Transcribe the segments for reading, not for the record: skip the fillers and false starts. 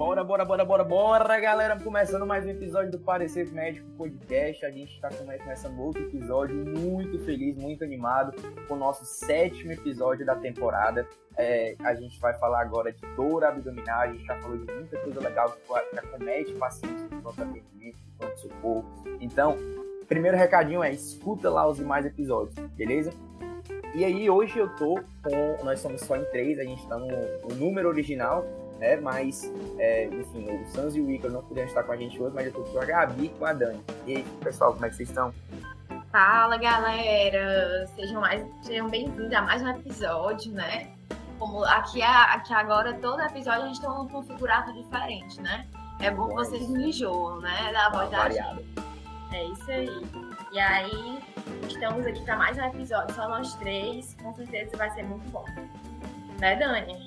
Bora, galera! Começando mais um episódio do Parecer Médico Podcast. A gente está começando outro episódio muito feliz, muito animado, com o nosso 7º episódio da temporada. A gente vai falar agora de dor abdominal, a gente já falou de muita coisa legal que acomete pacientes no pronto atendimento, no pronto-socorro. Então, primeiro recadinho escuta lá os demais episódios, beleza? E aí, hoje nós somos só em 3, a gente está no número original, né? Mas, enfim, o Sans e o Ícaro não puderam estar com a gente hoje, mas eu tô com a Gabi e com a Dani. E aí, pessoal, como é que vocês estão? Fala, galera! Sejam bem-vindos a mais um episódio, né? Como aqui agora, todo episódio a gente tem um configurado diferente, né? É bom que vocês não enjoam, né? Da voz da gente. É isso aí. E aí, estamos aqui para mais um episódio, só nós 3. Com certeza vai ser muito bom. Né, Dani?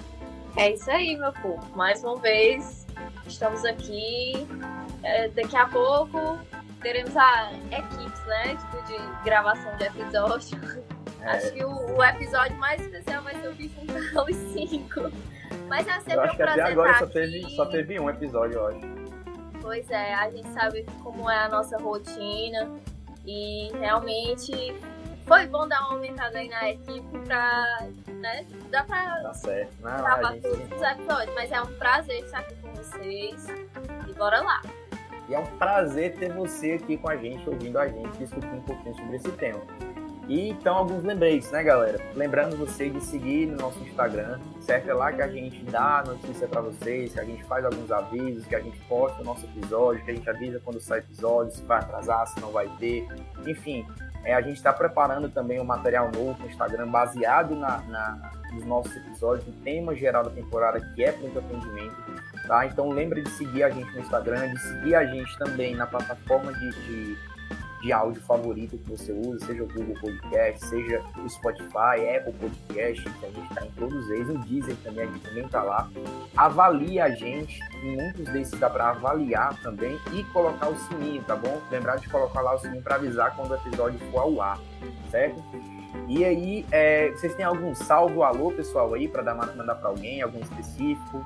É isso aí, meu povo. Mais uma vez, estamos aqui. Daqui a pouco teremos a equipes, né? De gravação de episódio. Acho que o episódio mais especial vai ser o que juntar os 5. Mas é sempre um prazer. Até agora só teve um episódio, eu acho. Pois é, a gente sabe como é a nossa rotina. E realmente foi bom dar uma aumentada aí na equipe pra, né, dar pra gravar todos os episódios. Mas é um prazer estar aqui com vocês. E bora lá. E é um prazer ter você aqui com a gente, ouvindo a gente, discutindo um pouquinho sobre esse tema. E então, alguns lembretes, né, galera? Lembrando você de seguir no nosso Instagram, certo? É lá que a gente dá notícia pra vocês, que a gente faz alguns avisos, que a gente posta o nosso episódio, que a gente avisa quando sai episódio, se vai atrasar, se não vai ter. Enfim, a gente está preparando também um material novo no Instagram, baseado nos nossos episódios, no tema geral da temporada, que é pronto atendimento, tá? Então, lembra de seguir a gente no Instagram, de seguir a gente também na plataforma de áudio favorito que você usa, seja o Google Podcast, seja o Spotify, Apple Podcast, que a gente está em todos eles, o Deezer também, a gente também está lá. Avalie a gente, em muitos desses dá para avaliar também e colocar o sininho, tá bom? Lembrar de colocar lá o sininho para avisar quando o episódio for ao ar, certo? E aí, vocês têm algum salve, alô, pessoal, aí, para mandar para alguém, algum específico?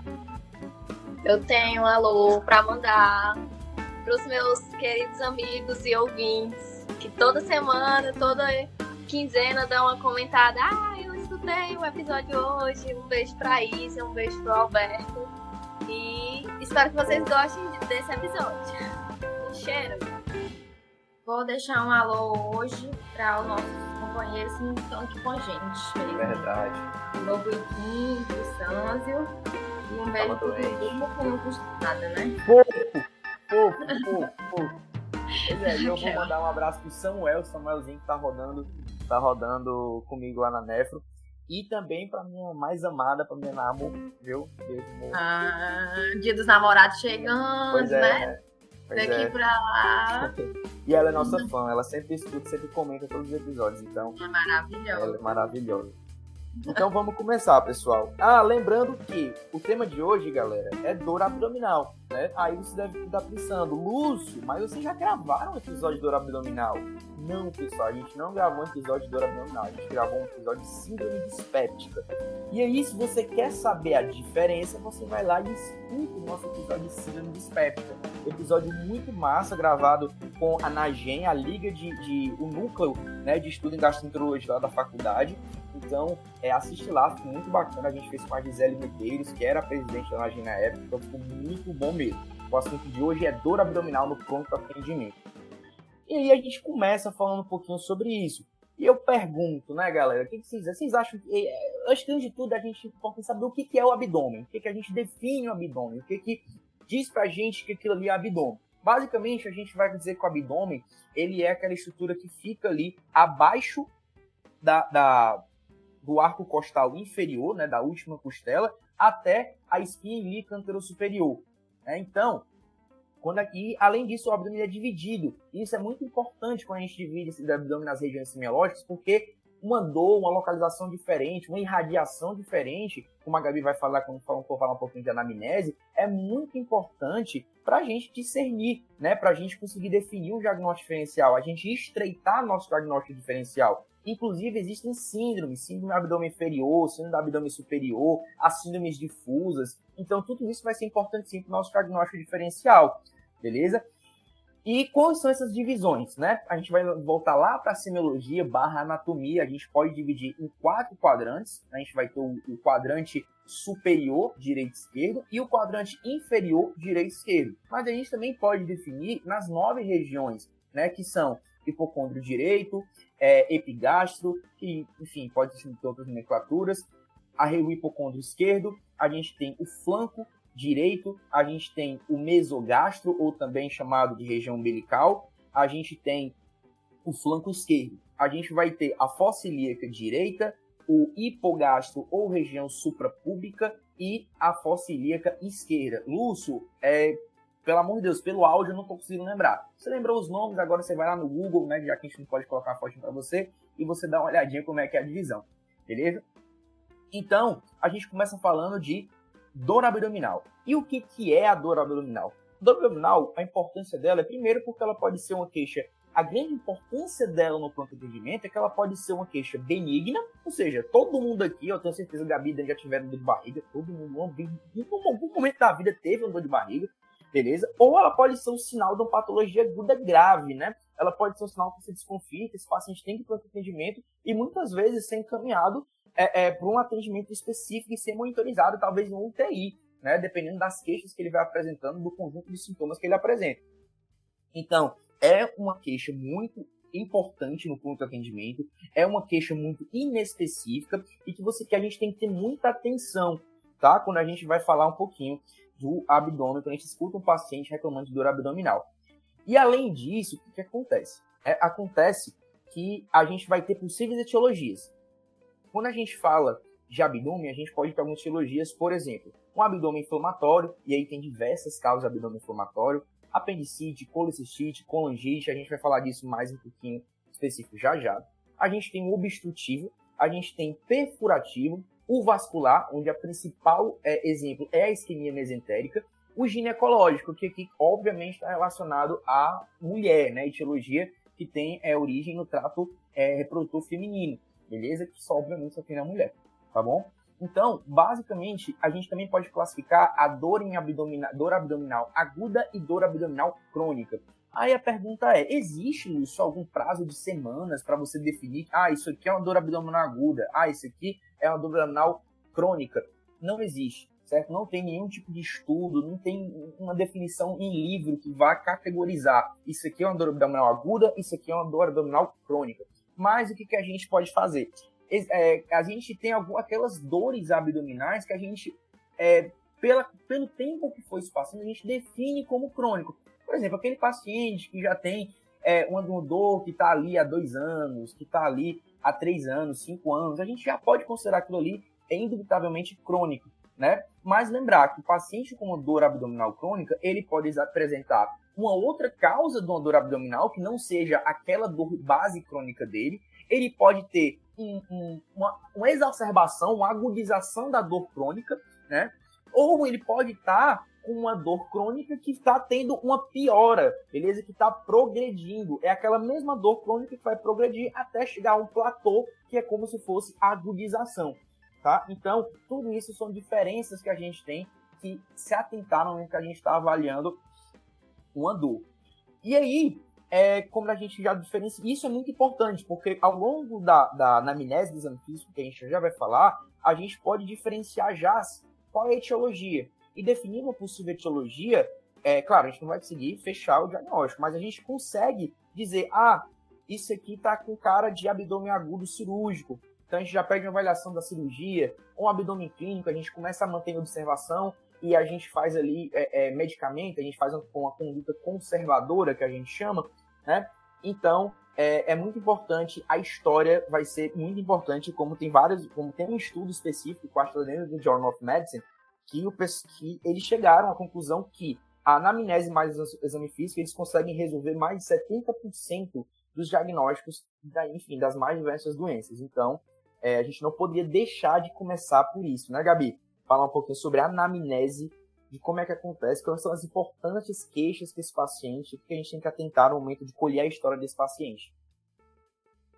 Eu tenho um alô para mandar para os meus queridos amigos e ouvintes, que toda semana, toda quinzena dão uma comentada. Eu escutei o episódio hoje. Um beijo para Isa, um beijo para o Alberto. E espero que vocês gostem desse episódio. Um cheiro. Vou deixar um alô hoje para os nossos companheiros que estão aqui com a gente. Verdade. O novo Iquim, o Sânzio. E um beijo para o Guilherme, que não custa nada, né? Fofo. E eu vou mandar um abraço pro Samuelzinho que tá rodando comigo lá na Nefro. E também pra minha mais amada, pra minha namor, viu? Beijo, amor. Dia dos namorados chegando, né? Daqui pra lá. E ela é nossa fã, ela sempre escuta, sempre comenta todos os episódios, então... É maravilhosa. Ela é maravilhosa. Então vamos começar, pessoal. Lembrando que o tema de hoje, galera, é dor abdominal, né? Aí você deve estar pensando, Lúcio, mas vocês já gravaram um episódio de dor abdominal? Não, pessoal, a gente não gravou um episódio de dor abdominal, a gente gravou um episódio de síndrome dispéptica. E aí, se você quer saber a diferença, você vai lá e escuta o nosso episódio de síndrome dispéptica. Episódio muito massa, gravado com a NAGEM, a Liga o núcleo, né, de estudo em gastroenterologia lá da faculdade. Então, assiste lá, ficou muito bacana. A gente fez com a Gisele Medeiros, que era a presidente da NAGEM na época, então ficou muito bom mesmo. O assunto de hoje é dor abdominal no pronto atendimento. E aí a gente começa falando um pouquinho sobre isso. E eu pergunto, né, galera, o que vocês acham? Antes de tudo, a gente pode saber o que é o abdômen, o que a gente define o abdômen, o que diz pra gente que aquilo ali é abdômen. Basicamente, a gente vai dizer que o abdômen, ele é aquela estrutura que fica ali abaixo do arco costal inferior, né, da última costela, até a espinha ilíaca anterosuperior. Então, além disso, o abdômen é dividido. Isso é muito importante quando a gente divide esse abdômen nas regiões semiológicas, porque uma dor, uma localização diferente, uma irradiação diferente, como a Gabi vai falar quando for falar um pouquinho de anamnese, é muito importante para a gente discernir, né? Para a gente conseguir definir um diagnóstico diferencial, a gente estreitar nosso diagnóstico diferencial. Inclusive, existem síndromes, síndrome do abdômen inferior, síndrome do abdômen superior, as síndromes difusas. Então, tudo isso vai ser importante sim para o nosso diagnóstico diferencial, beleza? E quais são essas divisões, né? A gente vai voltar lá para a semiologia / anatomia. A gente pode dividir em 4 quadrantes. A gente vai ter o quadrante superior, direito e esquerdo, e o quadrante inferior, direito e esquerdo. Mas a gente também pode definir nas 9 regiões, né? Que são hipocôndrio direito, epigastro, que, enfim, pode ter outras nomenclaturas. O hipocôndrio esquerdo, a gente tem o flanco direito, a gente tem o mesogastro, ou também chamado de região umbilical, a gente tem o flanco esquerdo. A gente vai ter a fossa ilíaca direita, o hipogastro ou região suprapúbica e a fossa ilíaca esquerda. Lúcio, pelo amor de Deus, pelo áudio eu não estou conseguindo lembrar. Você lembrou os nomes, agora você vai lá no Google, né, já que a gente não pode colocar a fotinha para você, e você dá uma olhadinha como é que é a divisão, beleza? Então, a gente começa falando de dor abdominal. E o que é a dor abdominal? Dor abdominal, a importância dela é, primeiro, porque ela pode ser uma queixa. A grande importância dela no pronto atendimento é que ela pode ser uma queixa benigna, ou seja, todo mundo aqui, eu tenho certeza que a Gabi já tiveram dor de barriga, todo mundo, em algum momento da vida teve uma dor de barriga, beleza? Ou ela pode ser um sinal de uma patologia aguda grave, né? Ela pode ser um sinal que você desconfia, que esse paciente tem que ir para o atendimento e muitas vezes ser encaminhado para um atendimento específico e ser monitorizado, talvez no UTI, né? Dependendo das queixas que ele vai apresentando, do conjunto de sintomas que ele apresenta. Então, é uma queixa muito importante no ponto de atendimento, é uma queixa muito inespecífica e que a gente tem que ter muita atenção, tá? Quando a gente vai falar um pouquinho do abdômen, quando a gente escuta um paciente reclamando de dor abdominal. E além disso, o que acontece? Acontece que a gente vai ter possíveis etiologias. Quando a gente fala de abdômen, a gente pode ter algumas etiologias, por exemplo, um abdômen inflamatório, e aí tem diversas causas de abdômen inflamatório, apendicite, colecistite, colangite, a gente vai falar disso mais um pouquinho específico já. A gente tem o obstrutivo, a gente tem perfurativo, o vascular, onde a principal exemplo é a isquemia mesentérica, o ginecológico, que aqui obviamente está relacionado à mulher, né, etiologia que tem origem no trato reprodutor feminino, beleza? Que só obviamente só tem na mulher, tá bom? Então, basicamente, a gente também pode classificar a dor abdominal aguda e dor abdominal crônica. Aí a pergunta é, existe, Lúcio, algum prazo de semanas para você definir, isso aqui é uma dor abdominal aguda, isso aqui é uma dor abdominal crônica? Não existe, certo? Não tem nenhum tipo de estudo, não tem uma definição em livro que vá categorizar isso aqui é uma dor abdominal aguda, isso aqui é uma dor abdominal crônica. Mas o que a gente pode fazer? A gente tem aquelas dores abdominais que a gente, pelo tempo que foi se passando, a gente define como crônico. Por exemplo, aquele paciente que já tem uma dor que está ali há 2 anos, que está ali há 3 anos, 5 anos, a gente já pode considerar aquilo ali indubitavelmente crônico, né? Mas lembrar que o paciente com uma dor abdominal crônica, ele pode apresentar uma outra causa de uma dor abdominal que não seja aquela dor base crônica dele, ele pode ter uma exacerbação, uma agudização da dor crônica, né? Ou ele pode estar com uma dor crônica que está tendo uma piora, beleza? Que está progredindo. É aquela mesma dor crônica que vai progredir até chegar a um platô, que é como se fosse a agudização, tá? Então, tudo isso são diferenças que a gente tem que se atentar no momento que a gente está avaliando uma dor. E aí, como a gente já diferencia, isso é muito importante, porque ao longo da anamnese do exame físico, que a gente já vai falar, a gente pode diferenciar já qual é a etiologia. E definir uma possível etiologia, claro, a gente não vai conseguir fechar o diagnóstico, mas a gente consegue dizer, isso aqui está com cara de abdômen agudo cirúrgico, então a gente já pede uma avaliação da cirurgia, ou um abdômen clínico, a gente começa a manter a observação, e a gente faz ali medicamento, a gente faz uma conduta conservadora, que a gente chama, né? Então, é muito importante, a história vai ser muito importante, como tem um estudo específico, que eu acho dentro do Journal of Medicine, que eles chegaram à conclusão que a anamnese mais o exame físico, eles conseguem resolver mais de 70% dos diagnósticos, das mais diversas doenças. Então, a gente não poderia deixar de começar por isso, né, Gabi? Falar um pouquinho sobre a anamnese, de como é que acontece, quais são as importantes queixas que esse paciente, que a gente tem que atentar no momento de colher a história desse paciente.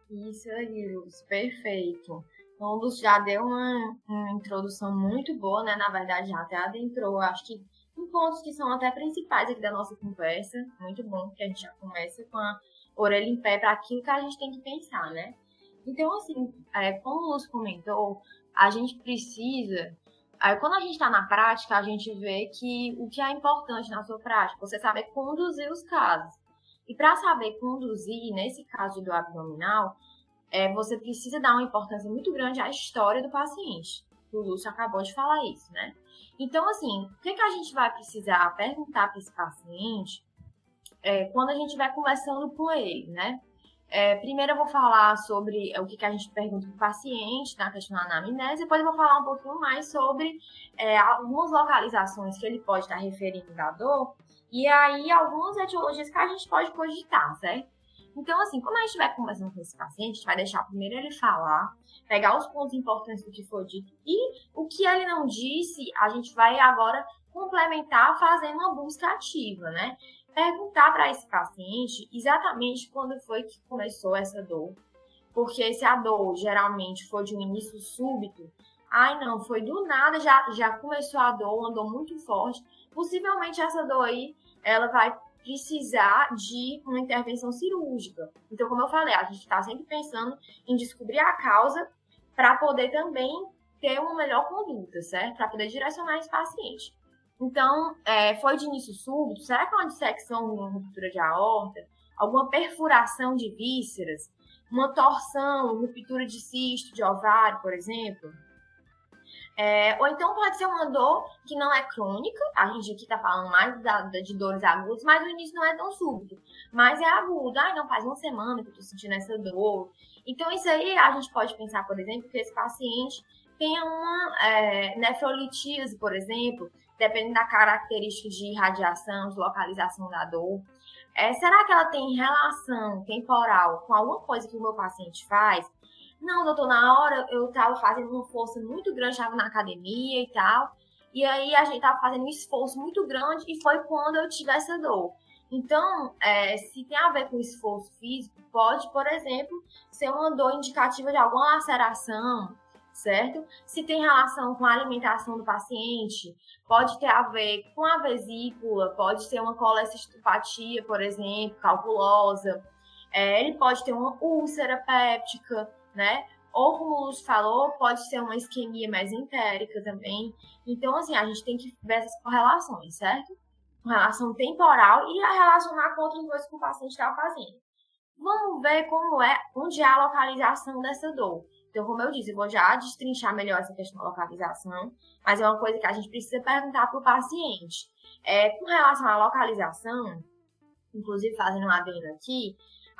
Isso aí, Lúcio, perfeito. Então, o Lúcio já deu uma introdução muito boa, né? Na verdade, já até adentrou, acho que em pontos que são até principais aqui da nossa conversa. Muito bom que a gente já começa com a orelha em pé para aquilo que a gente tem que pensar, né? Então, assim, como o Lúcio comentou, a gente precisa... quando a gente está na prática, a gente vê que o que é importante na sua prática, você saber conduzir os casos. E para saber conduzir, nesse caso do abdominal, você precisa dar uma importância muito grande à história do paciente. O Lúcio acabou de falar isso, né? Então, assim, o que a gente vai precisar perguntar para esse paciente quando a gente vai conversando com ele, né? Primeiro eu vou falar sobre o que a gente pergunta para o paciente na questão da anamnese, depois eu vou falar um pouquinho mais sobre algumas localizações que ele pode estar referindo da dor, e aí algumas etiologias que a gente pode cogitar, certo? Então, assim, como a gente estiver conversando com esse paciente, a gente vai deixar primeiro ele falar, pegar os pontos importantes do que foi dito, e o que ele não disse, a gente vai agora complementar fazendo uma busca ativa, né? Perguntar para esse paciente exatamente quando foi que começou essa dor. Porque se a dor geralmente for de um início súbito, não, foi do nada, já começou a dor, uma dor muito forte, possivelmente essa dor aí, ela vai precisar de uma intervenção cirúrgica. Então, como eu falei, a gente está sempre pensando em descobrir a causa para poder também ter uma melhor conduta, certo? Para poder direcionar esse paciente. Então, foi de início súbito? Será que é uma dissecção, uma ruptura de aorta? Alguma perfuração de vísceras? Uma torção, ruptura de cisto, de ovário, por exemplo? Ou então pode ser uma dor que não é crônica, a gente aqui está falando mais de dores agudas, mas o início não é tão súbito, mas é agudo. Não faz uma semana que eu estou sentindo essa dor. Então isso aí a gente pode pensar, por exemplo, que esse paciente tenha uma nefrolitíase, por exemplo, dependendo da característica de irradiação, de localização da dor. Será que ela tem relação temporal com alguma coisa que o meu paciente faz? Não, doutor, na hora eu estava fazendo uma força muito grande, estava na academia e tal, e aí a gente estava fazendo um esforço muito grande e foi quando eu tive essa dor. Então, se tem a ver com esforço físico, pode, por exemplo, ser uma dor indicativa de alguma laceração, certo? Se tem relação com a alimentação do paciente, pode ter a ver com a vesícula, pode ser uma colecistopatia, por exemplo, calculosa, ele pode ter uma úlcera péptica, né? Ou, como o Lúcio falou, pode ser uma isquemia mesentérica também. Então, assim, a gente tem que ver essas correlações, certo? Com relação temporal e a relacionar com outras coisas que o paciente está fazendo. Vamos ver onde é a localização dessa dor. Então, como eu disse, eu vou já destrinchar melhor essa questão da localização, mas é uma coisa que a gente precisa perguntar para o paciente. Com relação à localização, inclusive fazendo um adendo aqui,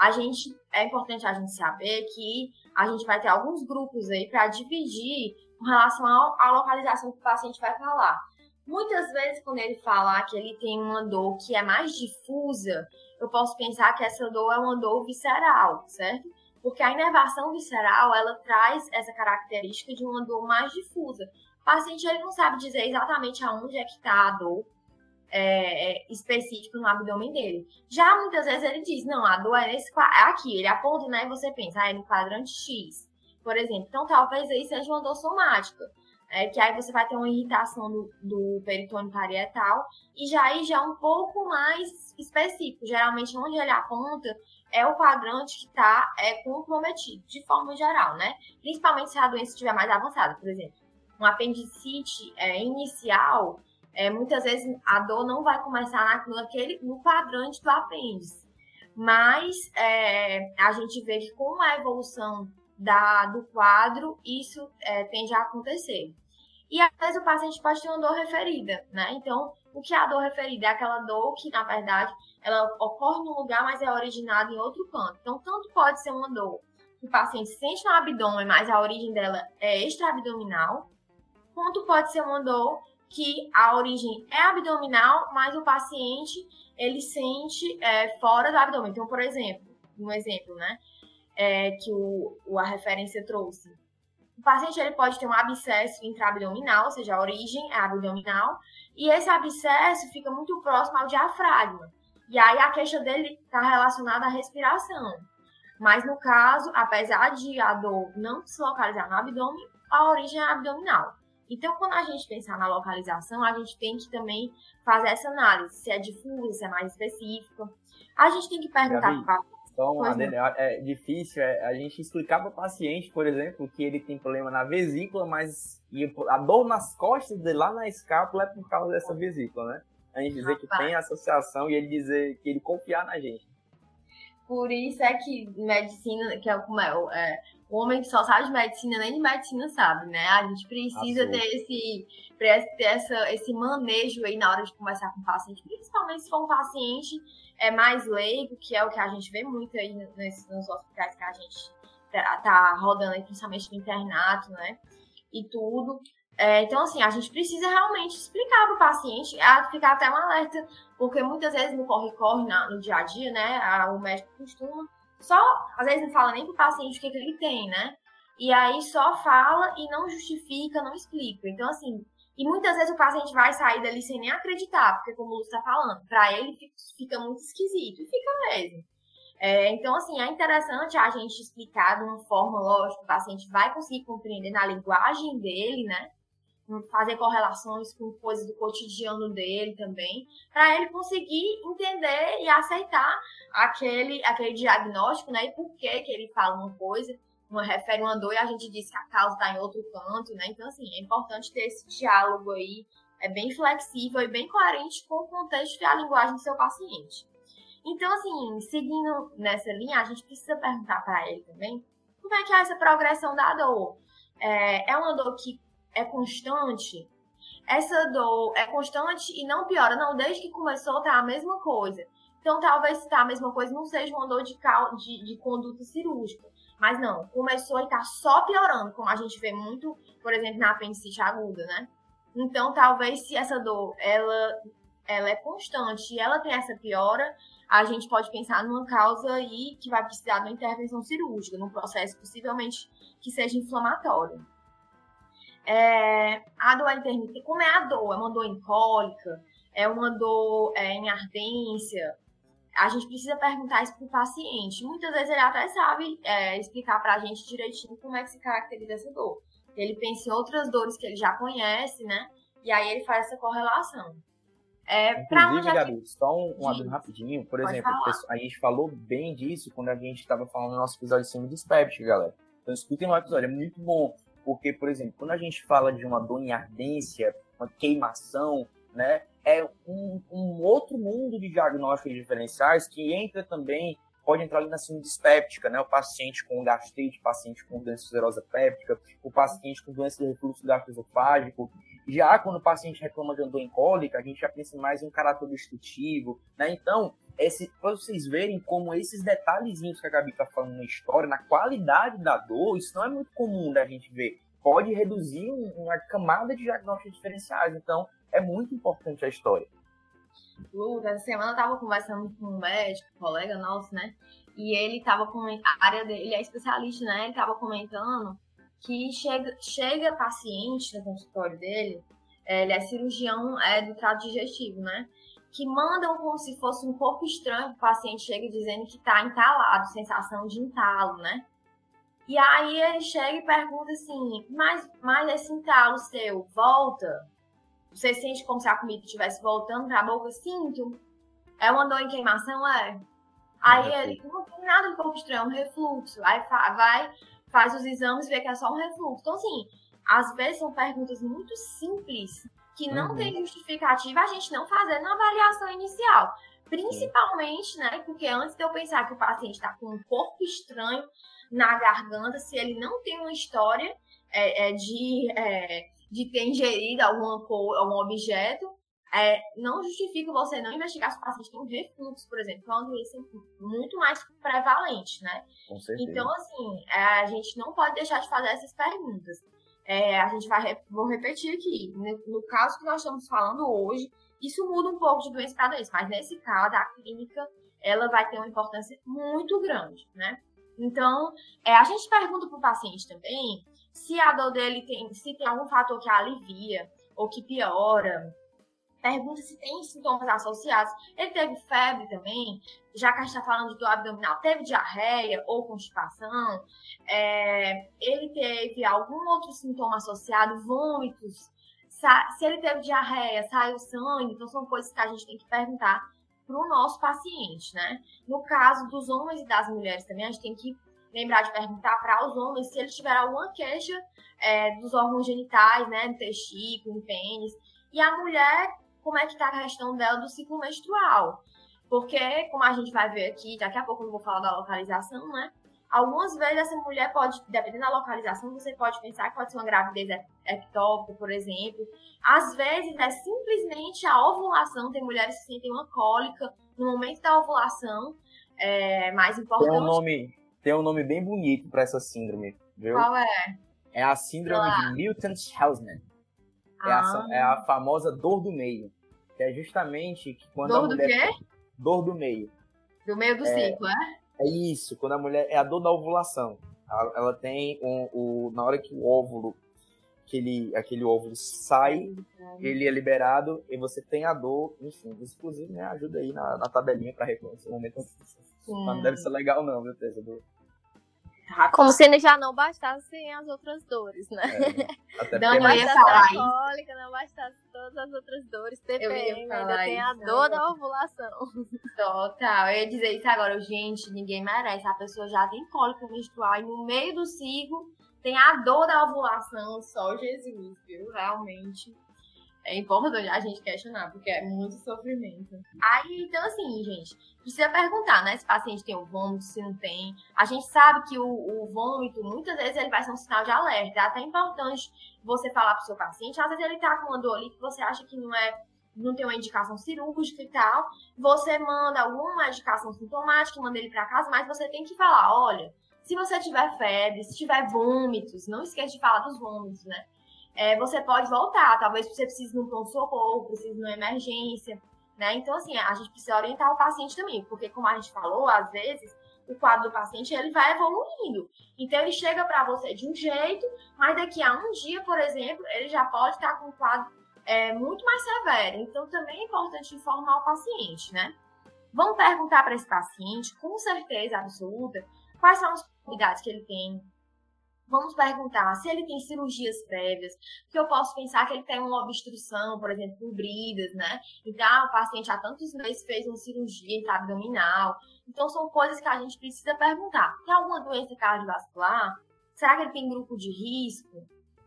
é importante a gente saber que a gente vai ter alguns grupos aí para dividir com relação à localização que o paciente vai falar. Muitas vezes, quando ele falar que ele tem uma dor que é mais difusa, eu posso pensar que essa dor é uma dor visceral, certo? Porque a inervação visceral, ela traz essa característica de uma dor mais difusa. O paciente ele não sabe dizer exatamente aonde é que está a dor específica no abdômen dele. Já muitas vezes ele diz, não, a dor é aqui, ele aponta, né, e você pensa, é no quadrante X, por exemplo. Então, talvez aí seja uma dor somática, que aí você vai ter uma irritação do peritônio parietal, e já é um pouco mais específico. Geralmente, onde ele aponta é o quadrante que está comprometido, de forma geral, né? Principalmente se a doença estiver mais avançada. Por exemplo, um apendicite inicial, muitas vezes a dor não vai começar no quadrante do apêndice. Mas a gente vê que com a evolução do quadro, isso tende a acontecer. E às vezes o paciente pode ter uma dor referida, né? Então, o que é a dor referida? É aquela dor que, na verdade, ela ocorre num lugar, mas é originada em outro canto. Então, tanto pode ser uma dor que o paciente sente no abdômen, mas a origem dela é extra-abdominal, quanto pode ser uma dor que a origem é abdominal, mas o paciente, ele sente fora do abdômen. Então, por exemplo, um exemplo, né, que a referência trouxe. O paciente ele pode ter um abscesso intraabdominal, ou seja, a origem é abdominal, e esse abscesso fica muito próximo ao diafragma. E aí a queixa dele está relacionada à respiração. Mas no caso, apesar de a dor não se localizar no abdômen, a origem é abdominal. Então, quando a gente pensar na localização, a gente tem que também fazer essa análise, se é difusa, se é mais específica. A gente tem que perguntar para o paciente. Então, é difícil a gente explicar para o paciente, por exemplo, que ele tem problema na vesícula, mas a dor nas costas dele, lá na escápula, é por causa dessa vesícula, né? A gente dizer que tem associação e ele dizer que ele confiar na gente. Por isso é que medicina, que é o homem que só sabe de medicina, nem de medicina sabe, né? A gente precisa ter esse manejo aí na hora de conversar com o paciente, principalmente se for um paciente mais leigo, que é o que a gente vê muito aí nos hospitais que a gente tá rodando aí, principalmente no internato, né? E tudo. Então, assim, a gente precisa realmente explicar para o paciente, ficar até um alerta, porque muitas vezes no corre-corre, no dia a dia, né, o médico costuma às vezes não fala nem para o paciente o que ele tem, né, e aí só fala e não justifica, não explica. Então, assim, e muitas vezes o paciente vai sair dali sem nem acreditar, porque como o Lúcio está falando, para ele fica muito esquisito, e fica mesmo. Então, assim, é interessante a gente explicar de uma forma lógica, o paciente vai conseguir compreender na linguagem dele, né, fazer correlações com coisas do cotidiano dele também, para ele conseguir entender e aceitar aquele diagnóstico, né? E por que ele fala uma coisa, refere uma dor e a gente diz que a causa está em outro canto, né? Então, assim, é importante ter esse diálogo aí, bem flexível e bem coerente com o contexto e a linguagem do seu paciente. Então, assim, seguindo nessa linha, a gente precisa perguntar para ele também como é que é essa progressão da dor. É uma dor que é constante? Essa dor é constante e não piora? Não, desde que começou tá a mesma coisa. Então, talvez se tá a mesma coisa, não seja uma dor de conduta cirúrgica. Mas não, começou e tá só piorando, como a gente vê muito, por exemplo, na apendicite aguda, né? Então, talvez se essa dor, ela é constante e ela tem essa piora, a gente pode pensar numa causa aí que vai precisar de uma intervenção cirúrgica, num processo possivelmente que seja inflamatório. A dor intermitente, como é a dor? É uma dor em cólica? É uma dor em ardência? A gente precisa perguntar isso para o paciente. Muitas vezes ele até sabe explicar para a gente direitinho como é que se caracteriza essa dor. Ele pensa em outras dores que ele já conhece, né? E aí ele faz essa correlação. Inclusive, Gabi, só um adendo rapidinho. Por exemplo, a gente falou bem disso quando a gente estava falando no nosso episódio de semidispéptica, galera. Então escutem o episódio, é muito bom. Porque, por exemplo, quando a gente fala de uma dor em ardência, uma queimação, né, é um outro mundo de diagnósticos diferenciais que entra também, pode entrar ali na síndrome dispéptica, né, o paciente com gastrite, o paciente com doença ulcerosa péptica, o paciente com doença do refluxo gastroesofágico. Já quando o paciente reclama de uma dor em cólica, a gente já pensa mais em um caráter obstrutivo, né, então, para vocês verem como esses detalhezinhos que a Gabi está falando na história, na qualidade da dor, isso não é muito comum da gente ver. Pode reduzir uma camada de diagnósticos diferenciais. Então, é muito importante a história. Lucas, essa semana eu estava conversando com um médico, um colega nosso, né? E ele estava comentando, a área dele, ele é especialista, né? Ele estava comentando que chega paciente no consultório dele, ele é cirurgião do trato digestivo, né? Que mandam como se fosse um corpo estranho, o paciente chega dizendo que está entalado, sensação de entalo, né? E aí ele chega e pergunta assim, mas esse entalo seu volta? Você sente como se a comida estivesse voltando para a boca? Sinto. É uma dor em queimação? Aí ele não tem nada de corpo estranho, é um refluxo. Aí faz os exames e vê que é só um refluxo. Então, assim, às vezes são perguntas muito simples que não tem justificativa a gente não fazer na avaliação inicial. Principalmente, né, porque antes de eu pensar que o paciente está com um corpo estranho na garganta, se ele não tem uma história de ter ingerido algum objeto, não justifica você não investigar se o paciente tem um refluxo, por exemplo, que é uma doença muito mais prevalente, né? Com certeza. Então, assim, a gente não pode deixar de fazer essas perguntas. Vou repetir aqui, no caso que nós estamos falando hoje, isso muda um pouco de doença para doença, mas nesse caso, a clínica, ela vai ter uma importância muito grande, né? Então, a gente pergunta para o paciente também se a dor dele se tem algum fator que alivia ou que piora. pergunta se tem sintomas associados. Ele teve febre também, já que a gente está falando de dor abdominal, teve diarreia ou constipação, ele teve algum outro sintoma associado, vômitos, se ele teve diarreia, saiu sangue, então são coisas que a gente tem que perguntar para o nosso paciente, né? No caso dos homens e das mulheres também, a gente tem que lembrar de perguntar para os homens se eles tiveram alguma queixa dos órgãos genitais, né, no testículo, no pênis, e a mulher, como é que tá a questão dela do ciclo menstrual. Porque, como a gente vai ver aqui, daqui a pouco eu vou falar da localização, né? Algumas vezes essa mulher pode, dependendo da localização, você pode pensar que pode ser uma gravidez ectópica, por exemplo. Às vezes é simplesmente a ovulação, tem mulheres que sentem uma cólica no momento da ovulação, mais importante. Tem um nome bem bonito para essa síndrome, viu? Qual é? É a síndrome de Milton-Hausmann. É a famosa dor do meio. Que é justamente que quando dor a mulher... do quê? Dor do meio. Do meio do ciclo, É isso, quando a mulher... É a dor da ovulação. Ela tem na hora que o óvulo... Aquele óvulo sai, ele é liberado e você tem a dor, enfim. Inclusive, né, ajuda aí na tabelinha para reconhecer o momento. Não deve ser legal não, viu, Tessa? Como se já não bastassem as outras dores, né? Até não porque bastasse a cólica, não bastasse todas as outras dores, TPM, ainda tem a dor da ovulação. Total, eu ia dizer isso agora, gente, ninguém merece. A pessoa já tem cólica menstrual e no meio do ciclo tem a dor da ovulação, só Jesus, viu? Realmente é importante a gente questionar, porque é muito sofrimento. Aí, então assim, gente, precisa perguntar, né? Se o paciente tem o vômito, se não tem. A gente sabe que o vômito, muitas vezes, ele vai ser um sinal de alerta. É até importante você falar pro seu paciente, às vezes ele tá com uma dor ali que você acha que não tem uma indicação cirúrgica e tal. Você manda alguma medicação sintomática, manda ele pra casa, mas você tem que falar, olha, se você tiver febre, se tiver vômitos, não esqueça de falar dos vômitos, né? Você pode voltar, talvez você precise de um pronto-socorro, precise de uma emergência, né? Então, assim, a gente precisa orientar o paciente também, porque como a gente falou, às vezes, o quadro do paciente, ele vai evoluindo. Então, ele chega para você de um jeito, mas daqui a um dia, por exemplo, ele já pode estar com um quadro muito mais severo. Então, também é importante informar o paciente, né? Vamos perguntar para esse paciente, com certeza absoluta, quais são as possibilidades que ele tem. Vamos perguntar se ele tem cirurgias prévias, porque eu posso pensar que ele tem uma obstrução, por exemplo, por bridas, né? Então, o paciente há tantos meses fez uma cirurgia intra-abdominal. Então, são coisas que a gente precisa perguntar. Tem alguma doença cardiovascular? Será que ele tem grupo de risco?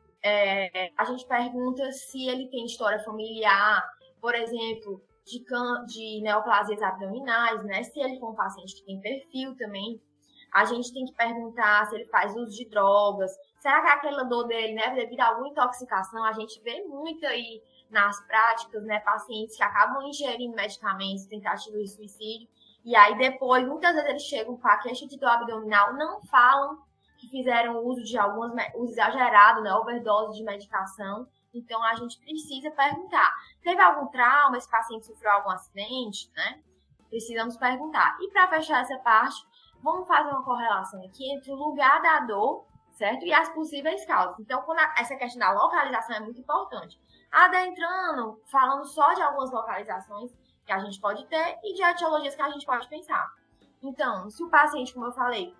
A gente pergunta se ele tem história familiar, por exemplo, de neoplasias abdominais, né? Se ele for um paciente que tem perfil também. A gente tem que perguntar se ele faz uso de drogas. Será que aquela dor dele, né, devido a alguma intoxicação? A gente vê muito aí nas práticas, né, pacientes que acabam ingerindo medicamentos, tentativa de suicídio. E aí depois, muitas vezes eles chegam com a queixa de dor abdominal, não falam que fizeram uso de uso exagerado, né, overdose de medicação. Então a gente precisa perguntar. Teve algum trauma? Esse paciente sofreu algum acidente, né? Precisamos perguntar. E para fechar essa parte, vamos fazer uma correlação aqui entre o lugar da dor, certo? E as possíveis causas. Então, essa questão da localização é muito importante. Adentrando, falando só de algumas localizações que a gente pode ter e de etiologias que a gente pode pensar. Então, se o paciente, como eu falei,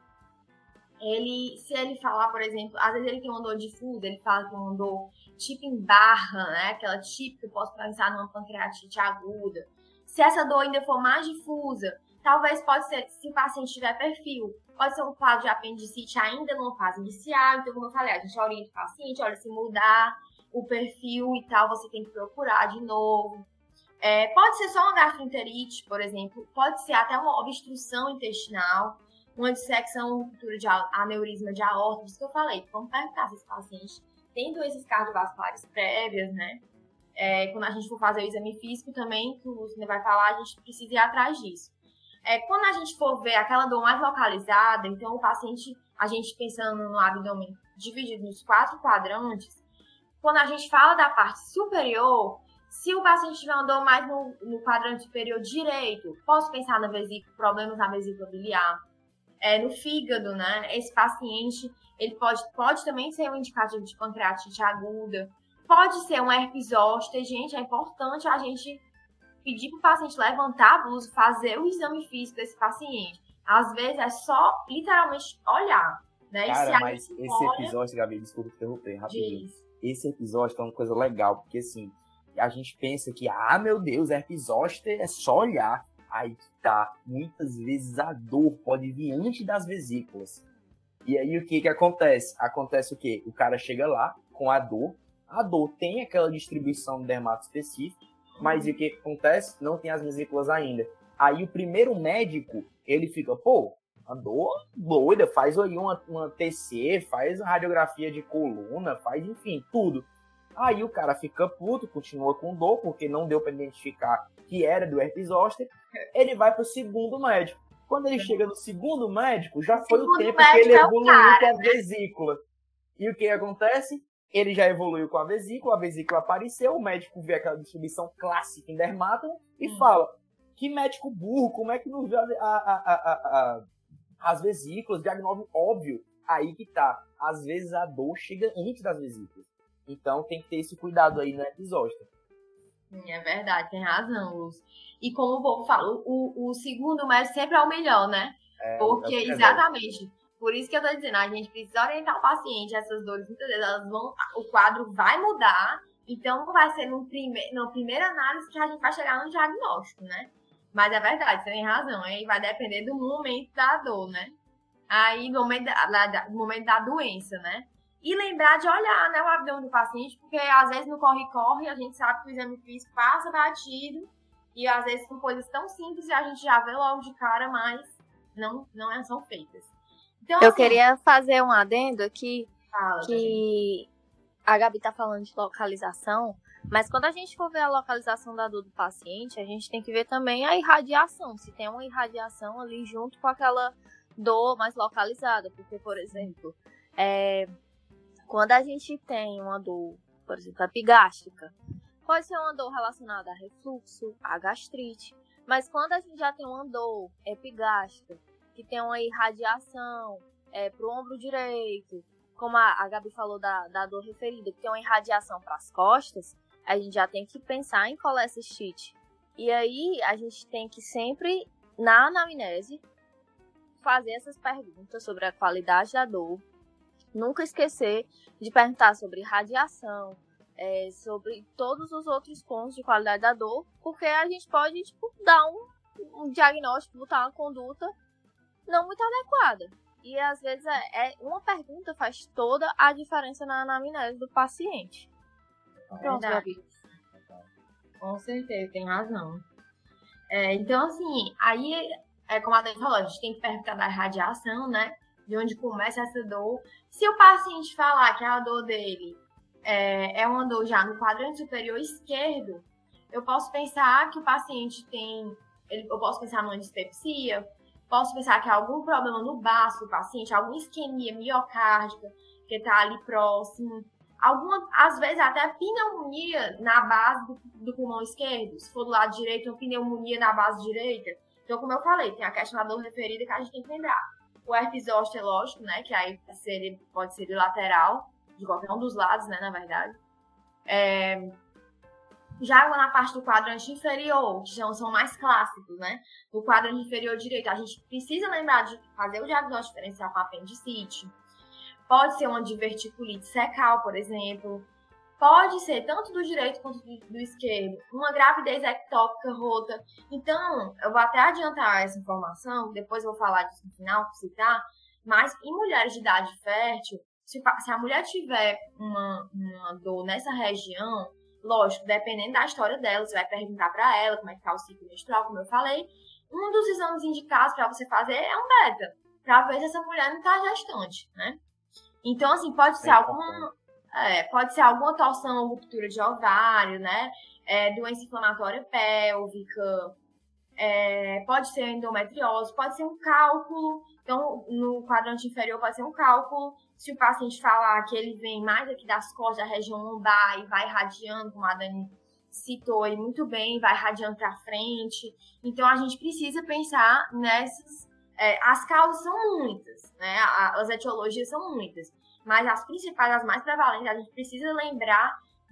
se ele falar, por exemplo, às vezes ele tem uma dor difusa, ele fala que é uma dor tipo em barra, né? Aquela típica, eu posso pensar numa pancreatite aguda. Se essa dor ainda for mais difusa, talvez pode ser, se o paciente tiver perfil, pode ser um quadro de apendicite ainda numa fase inicial. Então, como eu falei, a gente orienta o paciente, olha, se mudar o perfil e tal, você tem que procurar de novo. Pode ser só uma gastroenterite, por exemplo, pode ser até uma obstrução intestinal, uma dissecção, ruptura de aneurisma de aorta, isso que eu falei. Vamos perguntar se esse paciente tem doenças cardiovasculares prévias, né? Quando a gente for fazer o exame físico também, que o Lúcio vai falar, a gente precisa ir atrás disso. Quando a gente for ver aquela dor mais localizada, então o paciente, a gente pensando no abdômen dividido nos 4 quadrantes, quando a gente fala da parte superior, se o paciente tiver uma dor mais no quadrante superior direito, posso pensar na vesícula, problemas na vesícula biliar, no fígado, né? Esse paciente, ele pode também ser um indicativo de pancreatite aguda, Pode ser um herpes zoster, gente, é importante a gente pedir para o paciente levantar a blusa, fazer o exame físico desse paciente. Às vezes é só, literalmente, olhar, né? Cara, mas esse episódio, Gabi, desculpa interromper rapidinho. Esse episódio é uma coisa legal, porque assim, a gente pensa que, meu Deus, herpes zoster é só olhar. Aí tá, muitas vezes a dor pode vir antes das vesículas. E aí o que acontece? Acontece o quê? O cara chega lá com a dor tem aquela distribuição do dermato específico, mas o que acontece? Não tem as vesículas ainda. Aí o primeiro médico, ele fica, a dor doida, faz aí uma TC, faz radiografia de coluna, faz, enfim, tudo. Aí o cara fica puto, continua com dor, porque não deu para identificar que era do herpes zoster. Ele vai pro segundo médico. Quando ele chega no segundo médico, já foi o tempo que ele evoluiu com a vesícula. E o que acontece? Ele já evoluiu com a vesícula apareceu, o médico vê aquela distribuição clássica em dermato e fala, que médico burro, como é que não vê as vesículas, diagnóstico óbvio. Aí que tá, às vezes a dor chega antes das vesículas. Então tem que ter esse cuidado aí no herpes zoster. É verdade, tem razão, Luz. E como o povo fala, o segundo médico sempre é o melhor, né? Porque, exatamente, por isso que eu tô dizendo, a gente precisa orientar o paciente, essas dores, muitas vezes o quadro vai mudar, então não vai ser na primeira análise que a gente vai chegar no diagnóstico, né? Mas é verdade, você tem razão, aí vai depender do momento da dor, né? Aí, do momento da doença, né? E lembrar de olhar, né, o abdômen do paciente, porque às vezes no corre-corre a gente sabe que o exame físico passa batido e às vezes são coisas tão simples e a gente já vê logo de cara, mas não são feitas. Então, eu queria fazer um adendo aqui, que a Gabi tá falando de localização, mas quando a gente for ver a localização da dor do paciente, a gente tem que ver também a irradiação, se tem uma irradiação ali junto com aquela dor mais localizada, porque, por exemplo, quando a gente tem uma dor, por exemplo, epigástrica, pode ser uma dor relacionada a refluxo, a gastrite, mas quando a gente já tem uma dor epigástrica, que tem uma irradiação para o ombro direito, como a Gabi falou da dor referida, que tem uma irradiação para as costas, a gente já tem que pensar em colecistite. E aí a gente tem que sempre, na anamnese, fazer essas perguntas sobre a qualidade da dor, nunca esquecer de perguntar sobre radiação, sobre todos os outros pontos de qualidade da dor, porque a gente pode dar um diagnóstico, botar uma conduta não muito adequada. E às vezes uma pergunta faz toda a diferença na anamnese do paciente. Pronto, Gabi. Com certeza, tem razão. Então, assim, aí, como a Dani falou, a gente tem que perguntar da radiação, né? De onde começa essa dor. Se o paciente falar que a dor dele é uma dor já no quadrante superior esquerdo, eu posso pensar que o paciente eu posso pensar numa dispepsia, posso pensar que há algum problema no baço do paciente, alguma isquemia miocárdica que está ali próximo, às vezes até pneumonia na base do pulmão esquerdo, se for do lado direito, uma pneumonia na base direita. Então, como eu falei, tem a questão da dor referida que a gente tem que lembrar. O herpes zoster, lógico, né, que aí pode ser lateral, de qualquer um dos lados, né, na verdade. Já na parte do quadrante inferior, que já são mais clássicos, né, no quadrante inferior direito, a gente precisa lembrar de fazer o diagnóstico diferencial com apendicite. Pode ser uma diverticulite secal, por exemplo. Pode ser tanto do direito quanto do esquerdo. Uma gravidez ectópica rota. Então, eu vou até adiantar essa informação, depois eu vou falar disso no final, para citar. Mas em mulheres de idade fértil, se a mulher tiver uma dor nessa região, lógico, dependendo da história dela, você vai perguntar para ela como é que está o ciclo menstrual, como eu falei. Um dos exames indicados para você fazer é um beta, para ver se essa mulher não está gestante, né? Então, assim, pode ser alguma torção, ruptura de ovário, né? Doença inflamatória pélvica, pode ser endometriose, pode ser um cálculo. Então, no quadrante inferior pode ser um cálculo. Se o paciente falar que ele vem mais aqui das costas, da região lombar e vai irradiando, como a Dani citou aí muito bem, vai irradiando para frente. Então, a gente precisa pensar nessas... as causas são muitas, né? As etiologias são muitas. Mas as principais, as mais prevalentes, a gente precisa lembrar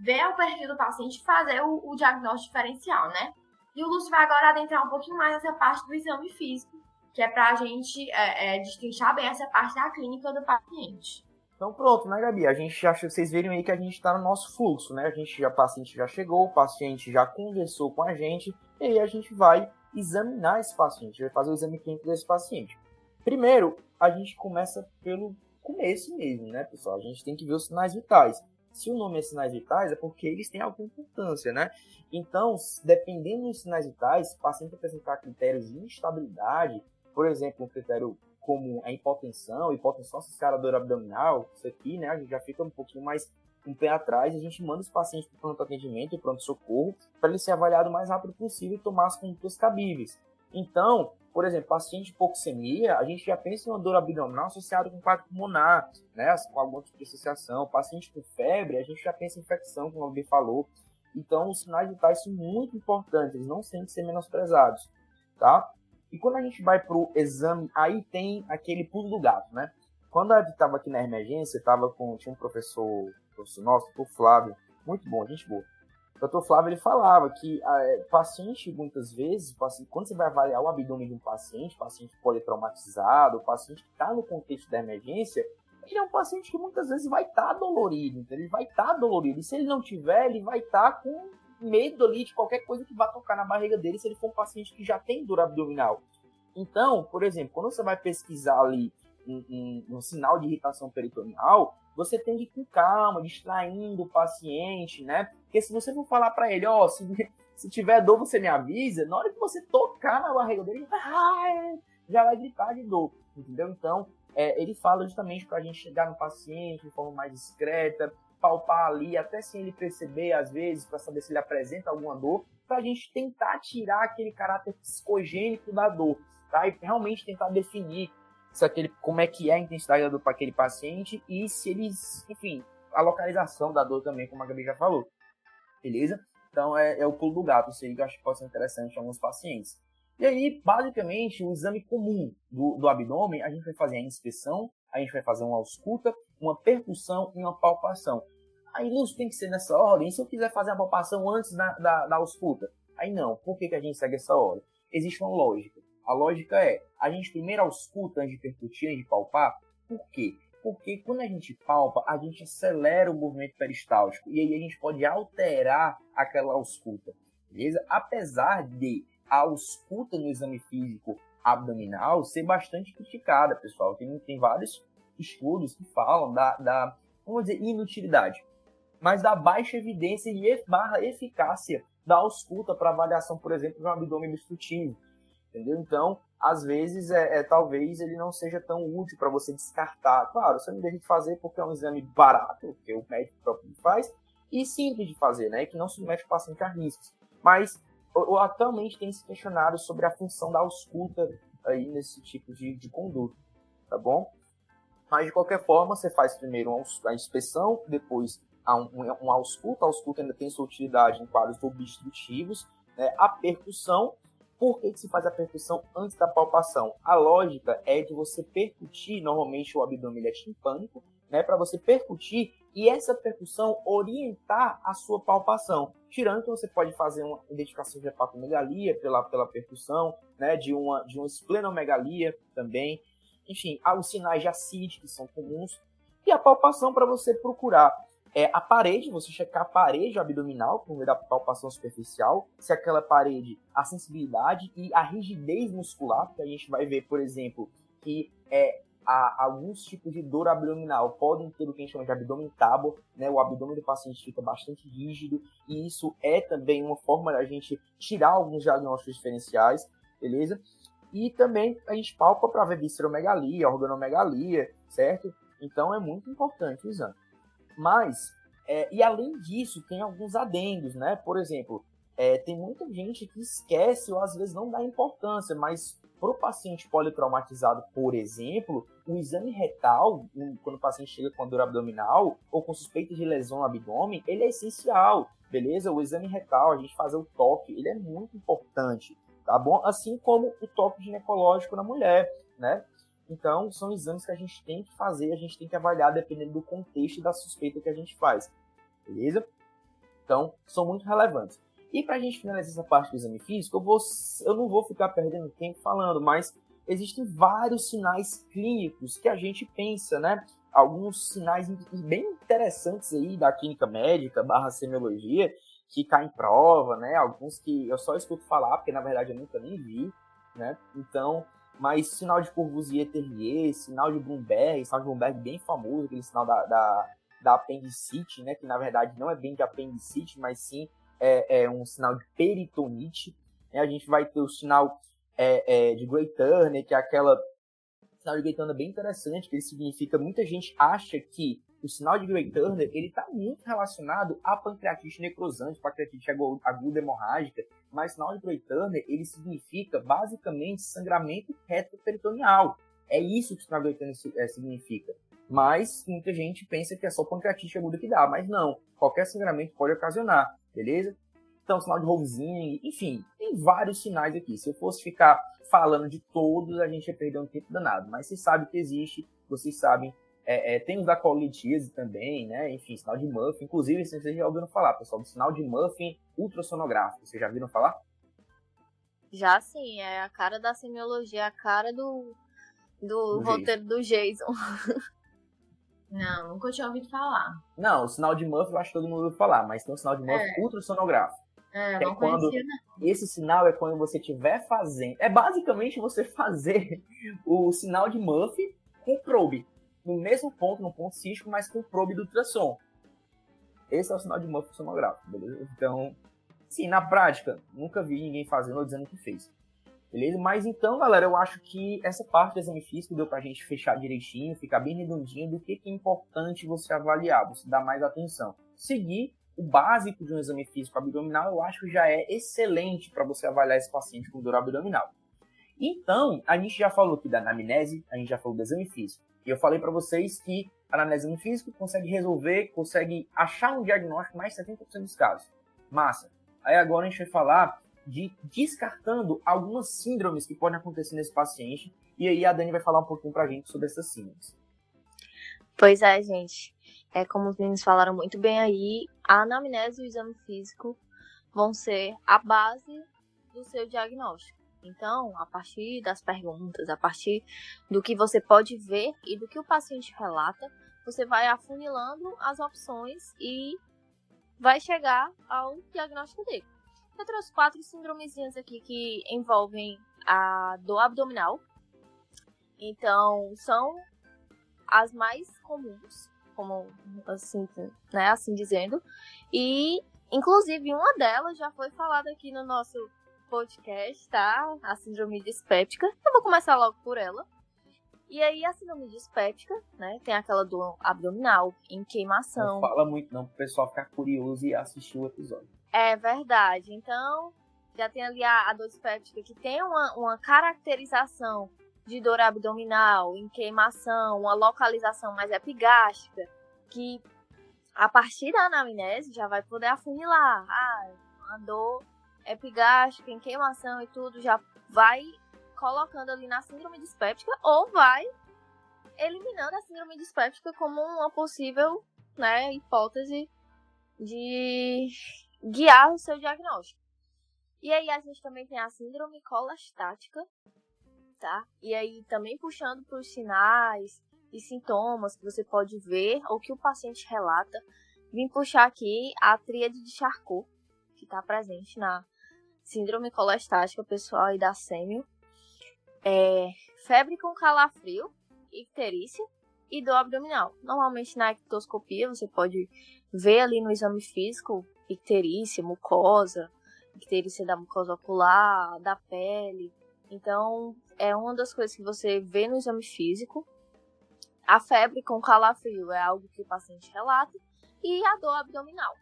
ver o perfil do paciente e fazer o diagnóstico diferencial, né? E o Lúcio vai agora adentrar um pouquinho mais nessa parte do exame físico, que é para a gente destrinchar bem essa parte da clínica do paciente. Então pronto, né, Gabi? A gente já, vocês viram aí que a gente está no nosso fluxo, né? O paciente já chegou, o paciente já conversou com a gente, e aí a gente vai examinar esse paciente, vai fazer o exame clínico desse paciente. Primeiro, a gente começa pelo começo mesmo, né, pessoal? A gente tem que ver os sinais vitais. Se o nome é sinais vitais, é porque eles têm alguma importância, né? Então, dependendo dos sinais vitais, se o paciente apresentar critérios de instabilidade, por exemplo, um critério como a hipotensão associada à dor abdominal, isso aqui, né, a gente já fica um pouquinho mais um pé atrás, e a gente manda esse paciente para o pronto atendimento, o pronto-socorro, para ele ser avaliado o mais rápido possível e tomar as condutas cabíveis. Então, por exemplo, paciente de hipoxemia, a gente já pensa em uma dor abdominal associada com quadro pulmonar, né, com algum tipo de associação. Paciente com febre, a gente já pensa em infecção, como o Gabi falou. Então, os sinais vitais são muito importantes, eles não têm que ser menosprezados, tá? E quando a gente vai para o exame, aí tem aquele pulo do gato, né? Quando a gente estava aqui na emergência, tinha um professor nosso, o Flávio, muito bom, gente boa. O Dr. Flávio, ele falava que paciente, muitas vezes, quando você vai avaliar o abdômen de um paciente politraumatizado, o paciente que está no contexto da emergência, ele é um paciente que muitas vezes vai estar dolorido, então ele vai estar dolorido. E se ele não tiver, ele vai estar com medo ali de qualquer coisa que vá tocar na barriga dele, se ele for um paciente que já tem dor abdominal. Então, por exemplo, quando você vai pesquisar ali um sinal de irritação peritoneal, você tem que ir com calma, distraindo o paciente, né? Porque se você for falar para ele, se tiver dor, você me avisa, na hora que você tocar na barriga dele, já vai gritar de dor, entendeu? Então, ele fala justamente para a gente chegar no paciente de forma mais discreta, palpar ali, até sem ele perceber, às vezes, para saber se ele apresenta alguma dor, para a gente tentar tirar aquele caráter psicogênico da dor, tá? E realmente tentar definir como é que é a intensidade da dor para aquele paciente e se eles, enfim, a localização da dor também, como a Gabi já falou, beleza? Então, é o pulo do gato, isso aí que eu acho que pode ser interessante em alguns pacientes. E aí, basicamente, o exame comum do abdômen, a gente vai fazer a inspeção, a gente vai fazer uma ausculta, uma percussão e uma palpação. Aí, Lúcio, tem que ser nessa ordem. E se eu quiser fazer a palpação antes da ausculta? Aí não. Por que a gente segue essa ordem? Existe uma lógica. A lógica é, a gente primeiro ausculta antes de percutir, antes de palpar. Por quê? Porque quando a gente palpa, a gente acelera o movimento peristáltico. E aí a gente pode alterar aquela ausculta. Beleza? Apesar de a ausculta no exame físico abdominal ser bastante criticada, pessoal. Tem vários estudos que falam da vamos dizer, inutilidade, mas da baixa evidência e barra eficácia da ausculta para avaliação, por exemplo, de um abdômen obstrutivo. Entendeu? Então, às vezes, talvez ele não seja tão útil para você descartar. Claro, você não deixa de fazer porque é um exame barato, que o médico próprio faz, e simples de fazer, né? Que não submete o paciente a riscos. Mas, atualmente, tem se questionado sobre a função da ausculta aí nesse tipo de conduta, tá bom? Mas, de qualquer forma, você faz primeiro a inspeção, depois uma ausculta. A ausculta ainda tem sua utilidade em quadros obstrutivos, né? A percussão. Por que se faz a percussão antes da palpação? A lógica é de você percutir, normalmente o abdômen é timpânico, né, para você percutir e essa percussão orientar a sua palpação. Tirando que você pode fazer uma identificação de hepatomegalia pela percussão, né, de uma esplenomegalia também. Enfim, há os sinais de ascite que são comuns. E a palpação para você procurar a parede, você checar a parede abdominal por meio da palpação superficial, se aquela parede, a sensibilidade e a rigidez muscular, porque a gente vai ver, por exemplo, que alguns tipos de dor abdominal podem ter o que a gente chama de abdômen tábor, né? O abdômen do paciente fica bastante rígido, e isso é também uma forma da gente tirar alguns diagnósticos diferenciais, beleza? E também a gente palpa para ver visceromegalia, organomegalia, certo? Então é muito importante o exame. Mas, e além disso, tem alguns adendos, né? Por exemplo, tem muita gente que esquece ou às vezes não dá importância, mas para o paciente politraumatizado, por exemplo, o exame retal, quando o paciente chega com dor abdominal ou com suspeita de lesão no abdômen, ele é essencial, beleza? O exame retal, a gente fazer o toque, ele é muito importante, tá bom? Assim como o toque ginecológico na mulher, né? Então, são exames que a gente tem que fazer, a gente tem que avaliar dependendo do contexto e da suspeita que a gente faz, beleza? Então, são muito relevantes. E para a gente finalizar essa parte do exame físico, eu não vou ficar perdendo tempo falando, mas existem vários sinais clínicos que a gente pensa, né? Alguns sinais bem interessantes aí da clínica médica / semiologia, que caem em prova, né? Alguns que eu só escuto falar, porque na verdade eu nunca nem vi, né? Então, mas sinal de Courvoisier-Terrier, sinal de Bloomberg bem famoso, aquele sinal da apendicite, né? Que na verdade não é bem de apendicite, mas sim é um sinal de peritonite. A gente vai ter o sinal de Gray-Turner, que é aquela... O sinal de Gray-Turner é bem interessante, que ele significa... Muita gente acha que o sinal de Gray-Turner ele está muito relacionado à pancreatite necrosante, pancreatite aguda hemorrágica, mas o sinal de Gray-Turner ele significa basicamente sangramento retroperitoneal. É isso que o sinal de Gray-Turner significa. Mas muita gente pensa que é só pancreatite aguda que dá, mas não. Qualquer sangramento pode ocasionar, beleza? Então, sinal de Rovsing, enfim, tem vários sinais aqui. Se eu fosse ficar falando de todos, a gente ia perder um tempo danado. Mas vocês sabem que existe, vocês sabem. Tem os da colitíase também, né? Enfim, sinal de Muffin. Inclusive, vocês já ouviram falar, pessoal, do sinal de Muffin ultrassonográfico. Vocês já viram falar? Já sim, é a cara da semiologia, a cara do roteiro do Jason. Não, nunca tinha ouvido falar. Não, o sinal de Muffin eu acho que todo mundo ouviu falar, mas tem o sinal de Muffin ultrassonográfico. Não conhecia, não. Esse sinal é quando você estiver fazendo... É basicamente você fazer o sinal de Muffin com probe. No mesmo ponto, no ponto cístico, mas com probe do ultrassom. Esse é o sinal de Muffin sonográfico, beleza? Então, sim, na prática, nunca vi ninguém fazendo ou dizendo que fez. Beleza? Mas então, galera, eu acho que essa parte do exame físico deu pra gente fechar direitinho, ficar bem redondinho do que é importante você avaliar, você dar mais atenção. Seguir o básico de um exame físico abdominal, eu acho que já é excelente para você avaliar esse paciente com dor abdominal. Então, a gente já falou aqui da anamnese, a gente já falou do exame físico. E eu falei para vocês que a anamnese do exame físico consegue resolver, consegue achar um diagnóstico mais de 70% dos casos. Massa. Aí agora a gente vai falar de descartando algumas síndromes que podem acontecer nesse paciente. E aí a Dani vai falar um pouquinho pra gente sobre essas síndromes. Pois é, gente. Como os meninos falaram muito bem aí, a anamnese e o exame físico vão ser a base do seu diagnóstico. Então, a partir das perguntas, a partir do que você pode ver e do que o paciente relata, você vai afunilando as opções e vai chegar ao diagnóstico dele. Eu trouxe 4 síndromezinhas aqui que envolvem a dor abdominal. Então, são as mais comuns, como assim, né, assim dizendo. E, inclusive, uma delas já foi falada aqui no nosso podcast, tá? A síndrome dispéptica. Eu vou começar logo por ela. E aí, a síndrome dispéptica, né, tem aquela dor abdominal, em queimação. Não fala muito não, pro pessoal ficar curioso e assistir o episódio. É verdade. Então, já tem ali a dor dispéptica, que tem uma caracterização de dor abdominal, em queimação, uma localização mais epigástrica, que a partir da anamnese já vai poder afunilar. Uma dor epigástrica, em queimação e tudo, já vai colocando ali na síndrome dispéptica, ou vai eliminando a síndrome dispéptica como uma possível, né, hipótese de guiar o seu diagnóstico. E aí a gente também tem a síndrome colestática, tá? E aí também puxando para os sinais e sintomas que você pode ver ou que o paciente relata, vim puxar aqui a tríade de Charcot, que está presente na síndrome colestática, pessoal aí da sêmio. Febre com calafrio, icterícia e dor abdominal. Normalmente na ectoscopia você pode ver ali no exame físico icterícia, mucosa, icterícia da mucosa ocular, da pele. Então, é uma das coisas que você vê no exame físico. A febre com calafrio é algo que o paciente relata. E a dor abdominal.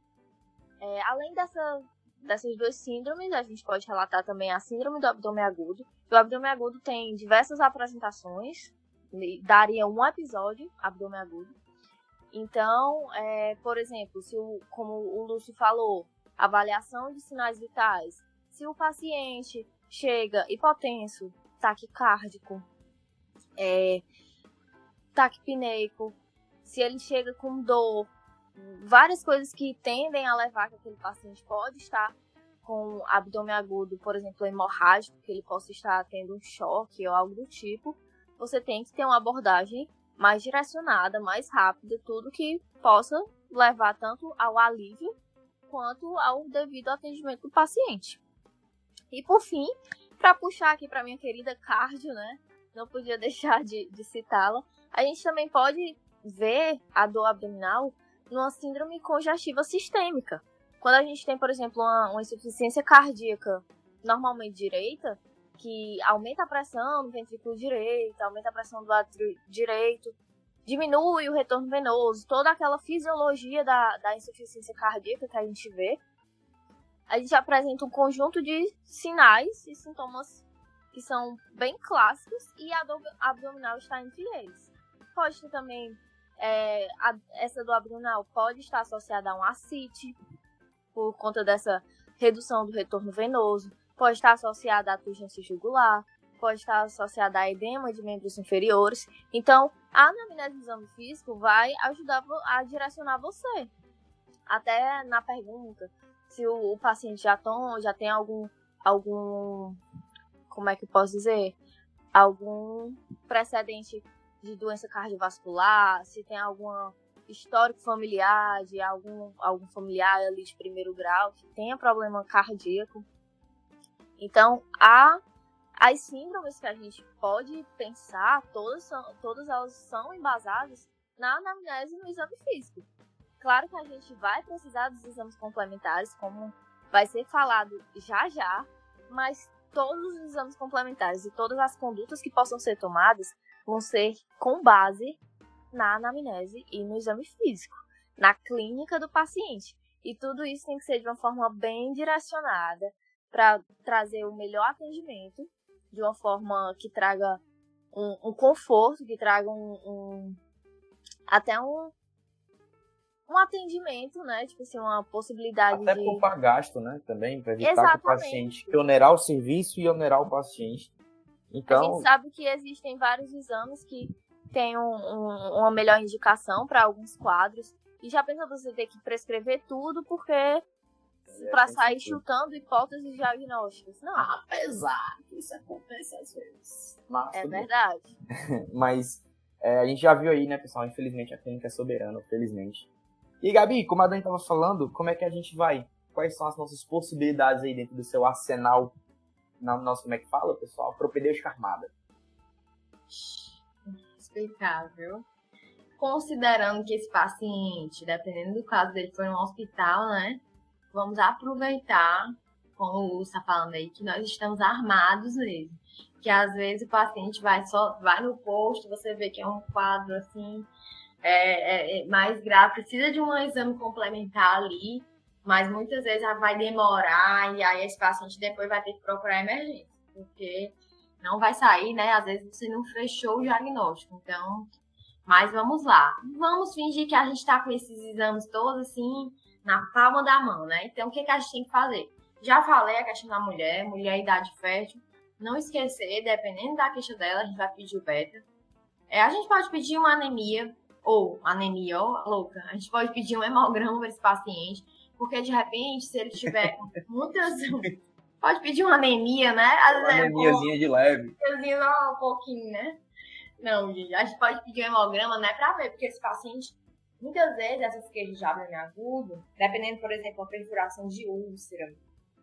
Além dessas 2 síndromes, a gente pode relatar também a síndrome do abdômen agudo. O abdômen agudo tem diversas apresentações. Daria um episódio, abdômen agudo. Então, por exemplo, como o Lúcio falou, avaliação de sinais vitais. Se o paciente chega hipotenso, taquicárdico, taquipneico, se ele chega com dor várias coisas que tendem a levar que aquele paciente pode estar com abdômen agudo, por exemplo, hemorrágico, que ele possa estar tendo um choque ou algo do tipo, você tem que ter uma abordagem mais direcionada, mais rápida, tudo que possa levar tanto ao alívio quanto ao devido atendimento do paciente. E por fim, para puxar aqui para minha querida cardio, né? Não podia deixar de citá-la. A gente também pode ver a dor abdominal numa síndrome congestiva sistêmica. Quando a gente tem, por exemplo, uma insuficiência cardíaca normalmente direita, que aumenta a pressão no ventrículo direito, aumenta a pressão do átrio direito, diminui o retorno venoso, toda aquela fisiologia da insuficiência cardíaca que a gente vê, a gente apresenta um conjunto de sinais e sintomas que são bem clássicos e a dor abdominal está entre eles. Pode ter também, essa dor abdominal pode estar associada a um ascite, por conta dessa redução do retorno venoso, pode estar associada à turgência jugular, pode estar associada a edema de membros inferiores. Então, a anamnese do exame físico vai ajudar a direcionar você. Até na pergunta, se o paciente já tem algum, como é que eu posso dizer? Algum precedente de doença cardiovascular, se tem algum histórico familiar, de algum familiar ali de primeiro grau que tenha problema cardíaco. Então, as síndromes que a gente pode pensar, todas elas são embasadas na anamnese e no exame físico. Claro que a gente vai precisar dos exames complementares, como vai ser falado já, mas todos os exames complementares e todas as condutas que possam ser tomadas vão ser com base na anamnese e no exame físico, na clínica do paciente. E tudo isso tem que ser de uma forma bem direcionada para trazer o melhor atendimento, de uma forma que traga um conforto, que traga até um atendimento, né? Tipo assim, uma possibilidade até de... poupar gasto, né? Também, para evitar Exatamente. que o paciente onerar o serviço e onerar o paciente. Então... A gente sabe que existem vários exames que têm uma melhor indicação para alguns quadros. E já pensa você ter que prescrever tudo porque... para sair chutando hipóteses diagnósticas. Não. Apesar que isso acontece às vezes. Mas, é verdade. Mas a gente já viu aí, né, pessoal? Infelizmente a clínica é soberana, felizmente. E Gabi, como a Dani estava falando, como é que a gente vai? Quais são as nossas possibilidades aí dentro do seu arsenal? Como é que fala, pessoal? Propedêutica armada. Explicável. Considerando que esse paciente, dependendo do caso dele, foi no hospital, né? Vamos aproveitar, como o Lúcio está falando aí, que nós estamos armados mesmo. Que às vezes o paciente vai no posto, você vê que é um quadro assim, mais grave, precisa de um exame complementar ali, mas muitas vezes já vai demorar e aí esse paciente depois vai ter que procurar emergência, porque não vai sair, né? Às vezes você não fechou o diagnóstico. Então, mas vamos lá. Vamos fingir que a gente está com esses exames todos assim, na palma da mão, né? Então, o que a gente tem que fazer? Já falei a questão da mulher idade fértil. Não esquecer, dependendo da queixa dela, a gente vai pedir o beta. A gente pode pedir uma anemia, louca. A gente pode pedir um hemograma para esse paciente, porque de repente, se ele tiver muitas... Pode pedir uma anemia, né? Uma anemiazinha de leve. Um pouquinho, né? Não, gente, a gente pode pedir um hemograma, né? Pra ver, porque esse paciente... Muitas vezes, essas queixas de abdômen agudo, dependendo, por exemplo, da perfuração de úlcera,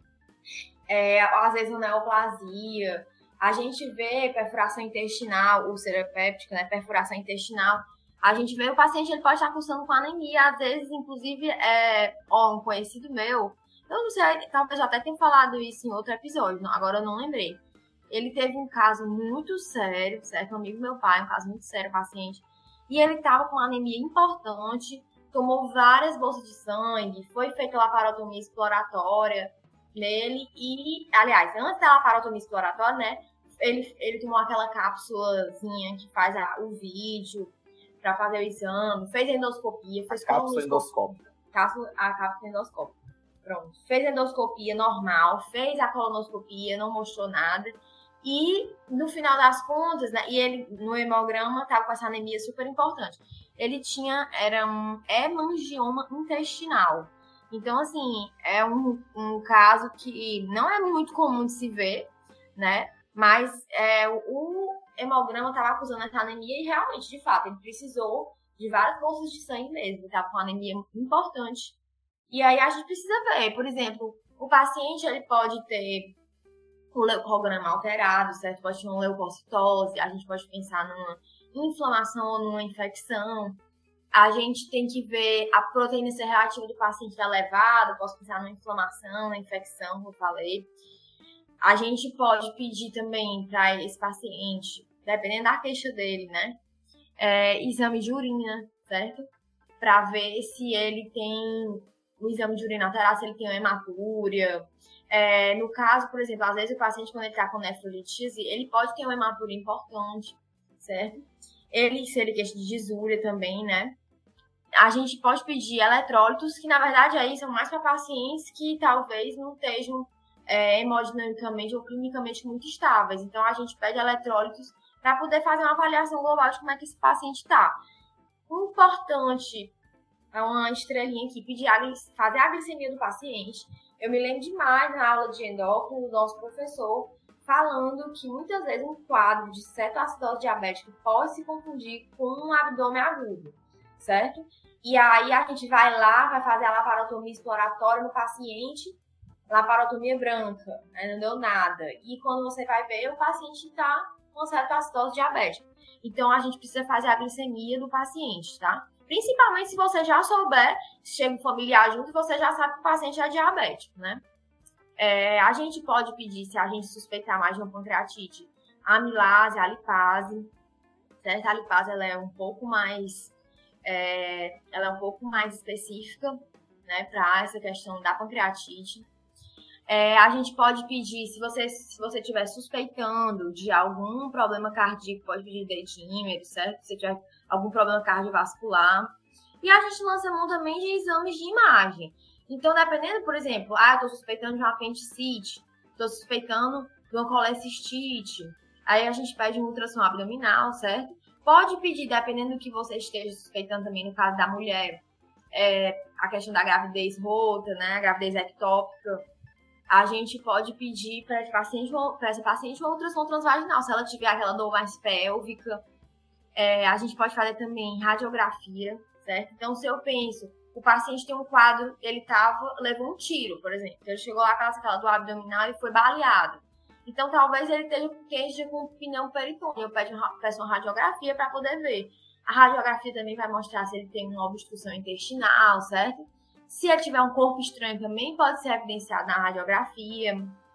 às vezes uma neoplasia, a gente vê perfuração intestinal, úlcera péptica, né, perfuração intestinal, a gente vê o paciente, ele pode estar cursando com anemia, às vezes, inclusive, um conhecido meu, eu não sei, talvez eu até tenha falado isso em outro episódio, agora eu não lembrei. Ele teve um caso muito sério, certo? Um amigo do meu pai, um caso muito sério, paciente, e ele estava com uma anemia importante, tomou várias bolsas de sangue, foi feita laparotomia exploratória nele e, aliás, antes da laparotomia exploratória, né, ele tomou aquela cápsulazinha que faz o vídeo para fazer o exame, fez endoscopia, fez cápsula endoscópica. A cápsula endoscópica. Pronto. Fez endoscopia normal, fez a colonoscopia, não mostrou nada. E, no final das contas, né, e ele, no hemograma, estava com essa anemia super importante. ele era um hemangioma intestinal. Então, assim, é um caso que não é muito comum de se ver, né? Mas o hemograma estava acusando essa anemia e realmente, de fato, ele precisou de várias bolsas de sangue mesmo. Ele estava com uma anemia importante. E aí a gente precisa ver, por exemplo, o paciente ele pode ter o leucograma alterado, certo? Pode ter uma leucocitose, a gente pode pensar numa inflamação ou numa infecção. A gente tem que ver a proteína C reativa do paciente elevada, posso pensar numa inflamação, na infecção, como eu falei. A gente pode pedir também para esse paciente, dependendo da queixa dele, né? Exame de urina, certo? Para ver se ele tem o exame de urina alterado, se ele tem uma hematúria. No caso, por exemplo, às vezes o paciente, quando ele está com nefrolitise, ele pode ter uma hematúria importante, certo? Se ele queixa de disúria também, né? A gente pode pedir eletrólitos, que na verdade aí são mais para pacientes que talvez não estejam hemodinamicamente ou clinicamente muito estáveis. Então a gente pede eletrólitos para poder fazer uma avaliação global de como é que esse paciente está. Importante, é uma estrelinha aqui, fazer a glicemia do paciente. Eu me lembro demais na aula de endócrino do nosso professor, falando que muitas vezes um quadro de cetoacidose diabética pode se confundir com um abdômen agudo, certo? E aí a gente vai lá, vai fazer a laparotomia exploratória no paciente, laparotomia branca, né? Não deu nada. E quando você vai ver, o paciente está com cetoacidose diabética. Então a gente precisa fazer a glicemia do paciente, tá? Principalmente se você já souber, se chega um familiar junto, você já sabe que o paciente é diabético, né? A gente pode pedir, se a gente suspeitar mais de uma pancreatite, a amilase, a lipase, certo? A lipase ela é um pouco mais específica, né, para essa questão da pancreatite. A gente pode pedir, se você estiver suspeitando de algum problema cardíaco, pode pedir dedímetro, certo? Se tiver algum problema cardiovascular. E a gente lança mão também de exames de imagem. Então, dependendo, por exemplo, eu estou suspeitando de uma apendicite, estou suspeitando de uma colecistite, aí a gente pede um ultrassom abdominal, certo? Pode pedir, dependendo do que você esteja suspeitando também, no caso da mulher, a questão da gravidez rota, né, a gravidez ectópica, a gente pode pedir para essa paciente uma ultrassom transvaginal, se ela tiver aquela dor mais pélvica. A gente pode fazer também radiografia, certo? Então, se eu penso, o paciente tem um quadro, ele levou um tiro, por exemplo. Ele chegou lá com aquela do abdominal e foi baleado. Então, talvez ele esteja com queixa com pneu peritônio. Eu peço uma radiografia para poder ver. A radiografia também vai mostrar se ele tem uma obstrução intestinal, certo? Se ele tiver um corpo estranho também pode ser evidenciado na radiografia.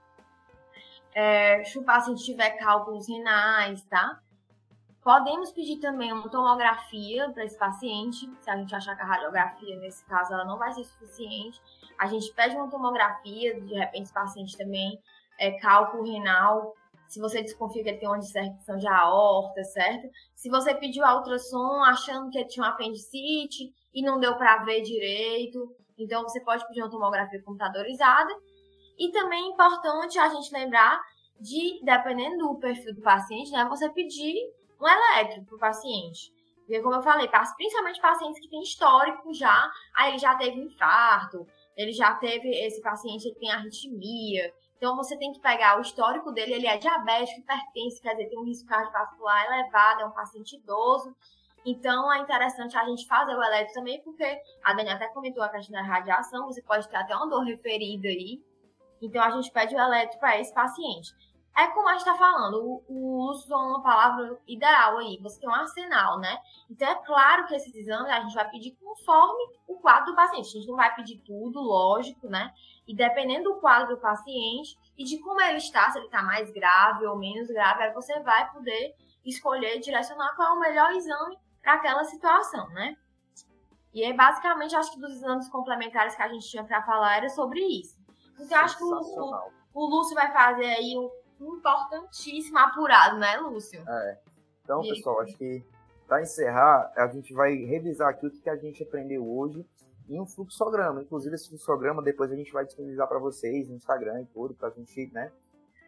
Se o paciente tiver cálculos renais, tá? Podemos pedir também uma tomografia para esse paciente, se a gente achar que a radiografia, nesse caso, ela não vai ser suficiente. A gente pede uma tomografia, de repente esse paciente também cálculo renal, se você desconfia que ele tem uma dissecção de aorta, certo? Se você pediu a ultrassom achando que ele tinha uma apendicite e não deu para ver direito, então você pode pedir uma tomografia computadorizada. E também é importante a gente lembrar dependendo do perfil do paciente, né, você pedir um eletro para o paciente. Porque, como eu falei, principalmente pacientes que têm histórico já, ele já teve infarto, esse paciente ele tem arritmia. Então, você tem que pegar o histórico dele, ele é diabético, hipertenso, quer dizer, tem um risco cardiovascular elevado, é um paciente idoso. Então, é interessante a gente fazer o eletro também, porque a Dani até comentou a questão da radiação, você pode ter até uma dor referida aí. Então, a gente pede o eletro para esse paciente. É como a gente está falando, o uso é uma palavra ideal aí, você tem um arsenal, né? Então, é claro que esses exames a gente vai pedir conforme o quadro do paciente. A gente não vai pedir tudo, lógico, né? E dependendo do quadro do paciente e de como ele está, se ele está mais grave ou menos grave, aí você vai poder escolher, direcionar qual é o melhor exame para aquela situação, né? E aí, basicamente, acho que dos exames complementares que a gente tinha para falar era sobre isso. Então, acho que o Lúcio vai fazer aí importantíssimo apurado, né, Lúcio? Então, pessoal, acho que para encerrar, a gente vai revisar aqui o que a gente aprendeu hoje em um fluxograma. Inclusive, esse fluxograma depois a gente vai disponibilizar para vocês no Instagram e tudo, para a gente, né,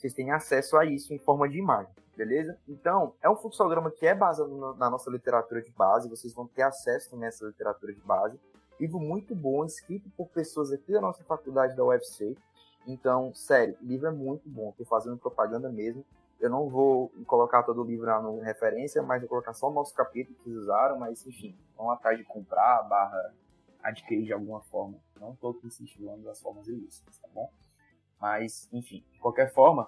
vocês têm acesso a isso em forma de imagem, beleza? Então, é um fluxograma que é baseado na nossa literatura de base, vocês vão ter acesso também a essa literatura de base. Livro muito bom, escrito por pessoas aqui da nossa faculdade da UFC. Então, sério, o livro é muito bom, estou fazendo propaganda mesmo. Eu não vou colocar todo o livro lá no referência, mas vou colocar só o nosso capítulo que vocês usaram, mas enfim, vão atrás de comprar, adquirir de alguma forma. Não estou aqui incentivando das formas ilícitas, tá bom? Mas, enfim, de qualquer forma,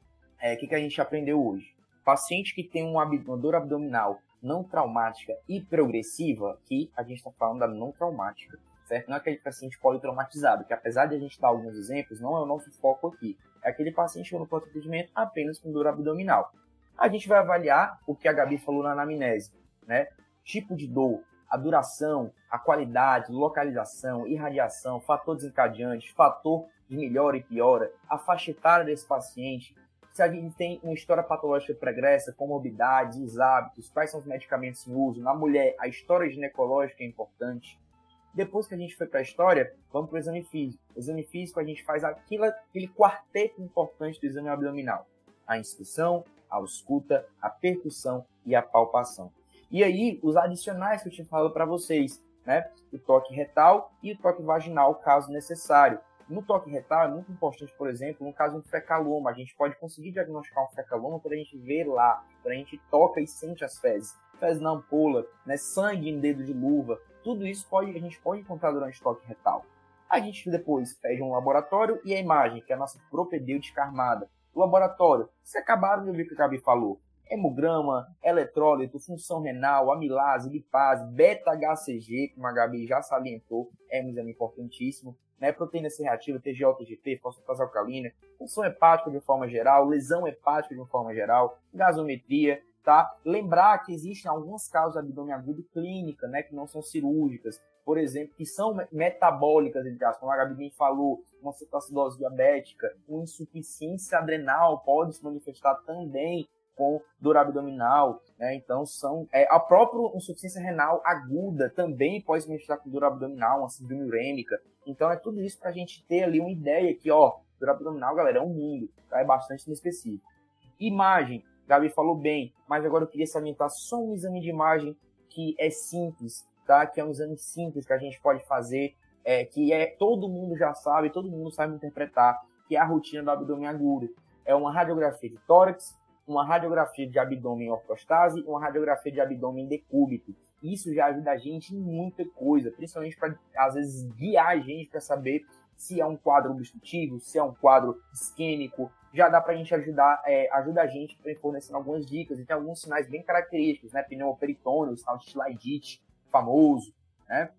o que a gente aprendeu hoje? Paciente que tem uma dor abdominal não traumática e progressiva, que a gente está falando da não traumática, certo? Não é aquele paciente politraumatizado, que apesar de a gente dar alguns exemplos, não é o nosso foco aqui. É aquele paciente no pronto atendimento apenas com dor abdominal. A gente vai avaliar o que a Gabi falou na anamnese, né? Tipo de dor, a duração, a qualidade, localização, irradiação, fator desencadeante, fator de melhora e piora, a faixa etária desse paciente, se a gente tem uma história patológica pregressa, comorbidades, os hábitos, quais são os medicamentos em uso. Na mulher, a história ginecológica é importante. Depois que a gente foi para a história, vamos para o exame físico. O exame físico a gente faz aquele quarteto importante do exame abdominal. A inspeção, a ausculta, a percussão e a palpação. E aí, os adicionais que eu tinha falado para vocês, né? O toque retal e o toque vaginal, caso necessário. No toque retal é muito importante, por exemplo, no caso de um fecaloma, a gente pode conseguir diagnosticar um fecaloma quando a gente vê lá, quando a gente toca e sente as fezes. Fezes na ampola, né, sangue em dedo de luva, tudo isso a gente pode encontrar durante o toque retal. A gente depois pede um laboratório e a imagem, que é a nossa propedêutica armada. O laboratório, vocês acabaram de ouvir o que a Gabi falou. Hemograma, eletrólito, função renal, amilase, lipase, beta-HCG, como a Gabi já salientou, é um exame importantíssimo. Né, proteína C reativa, TGO, TGP, fosfatase alcalina, função hepática de uma forma geral, lesão hepática de uma forma geral, gasometria, tá? Lembrar que existem alguns casos de abdômen agudo clínica, né, que não são cirúrgicas, por exemplo, que são metabólicas, como a Gabi bem falou, uma cetoacidose diabética, uma insuficiência adrenal pode se manifestar também com dor abdominal, né? Então a própria insuficiência renal aguda também pode se manifestar com dor abdominal, uma síndrome urêmica. Então é tudo isso para a gente ter ali uma ideia que, dor abdominal, galera, é um mundo, tá? É bastante específico. Imagem, Gabi falou bem, mas agora eu queria salientar só um exame de imagem que é simples, tá? Que é um exame simples que a gente pode fazer, todo mundo já sabe, todo mundo sabe interpretar, que é a rotina do abdômen agudo. É uma radiografia de tórax, uma radiografia de abdômen em ortostase e uma radiografia de abdômen em decúbito. Isso já ajuda a gente em muita coisa, principalmente para, às vezes, guiar a gente para saber se é um quadro obstrutivo, se é um quadro isquêmico. Já dá para a gente ajuda a gente fornecendo algumas dicas e tem alguns sinais bem característicos, né? Pneumoperitônio, sinal de Chilaidite, famoso, né?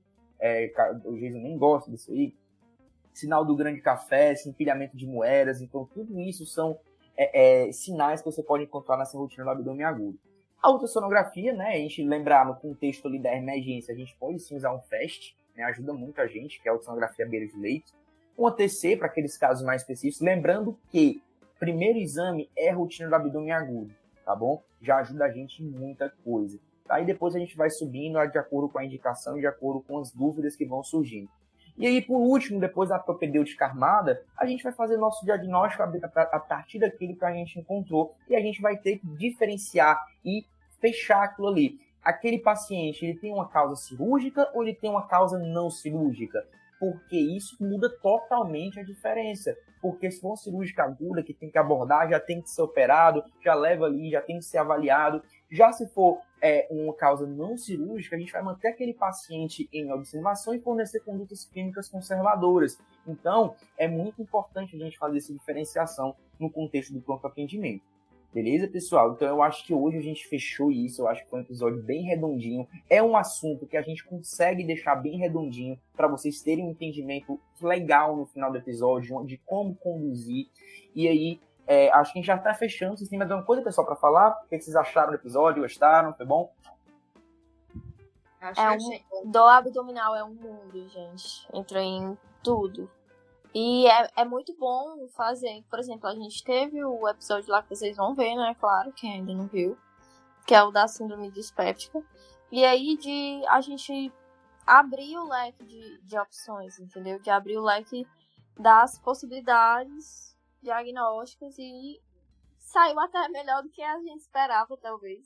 O Jason nem gosta disso aí. Sinal do grande café, empilhamento de moedas. Então, tudo isso são sinais que você pode encontrar nessa rotina do abdômen agudo. A ultrassonografia, né, a gente lembrar no contexto ali da emergência, a gente pode sim usar um FAST, né, ajuda muito a gente, que é a ultrassonografia à beira de leito. Um ATC para aqueles casos mais específicos, lembrando que primeiro exame é a rotina do abdômen agudo, tá bom? Já ajuda a gente em muita coisa. Tá? E depois a gente vai subindo de acordo com a indicação e de acordo com as dúvidas que vão surgindo. E aí, por último, depois da propedêutica armada, a gente vai fazer nosso diagnóstico a partir daquilo que a gente encontrou e a gente vai ter que diferenciar e fechar aquilo ali. Aquele paciente, ele tem uma causa cirúrgica ou ele tem uma causa não cirúrgica? Porque isso muda totalmente a diferença. Porque se for uma cirúrgica aguda que tem que abordar, já tem que ser operado, já leva ali, já tem que ser avaliado. Já se for uma causa não cirúrgica, a gente vai manter aquele paciente em observação e fornecer condutas clínicas conservadoras. Então, é muito importante a gente fazer essa diferenciação no contexto do pronto atendimento. Beleza, pessoal? Então, eu acho que hoje a gente fechou isso. Eu acho que foi um episódio bem redondinho. É um assunto que a gente consegue deixar bem redondinho para vocês terem um entendimento legal no final do episódio, de como conduzir. E aí, acho que a gente já está fechando. Vocês têm mais alguma coisa, pessoal, para falar? O que vocês acharam do episódio? Gostaram? Foi bom? Dor abdominal é um mundo, gente. Entra em tudo. E é muito bom fazer, por exemplo, a gente teve o episódio lá que vocês vão ver, né, claro, quem ainda não viu, que é o da síndrome dispéptica. E aí de a gente abrir o leque de opções, entendeu? De abrir o leque das possibilidades diagnósticos e saiu até melhor do que a gente esperava, talvez.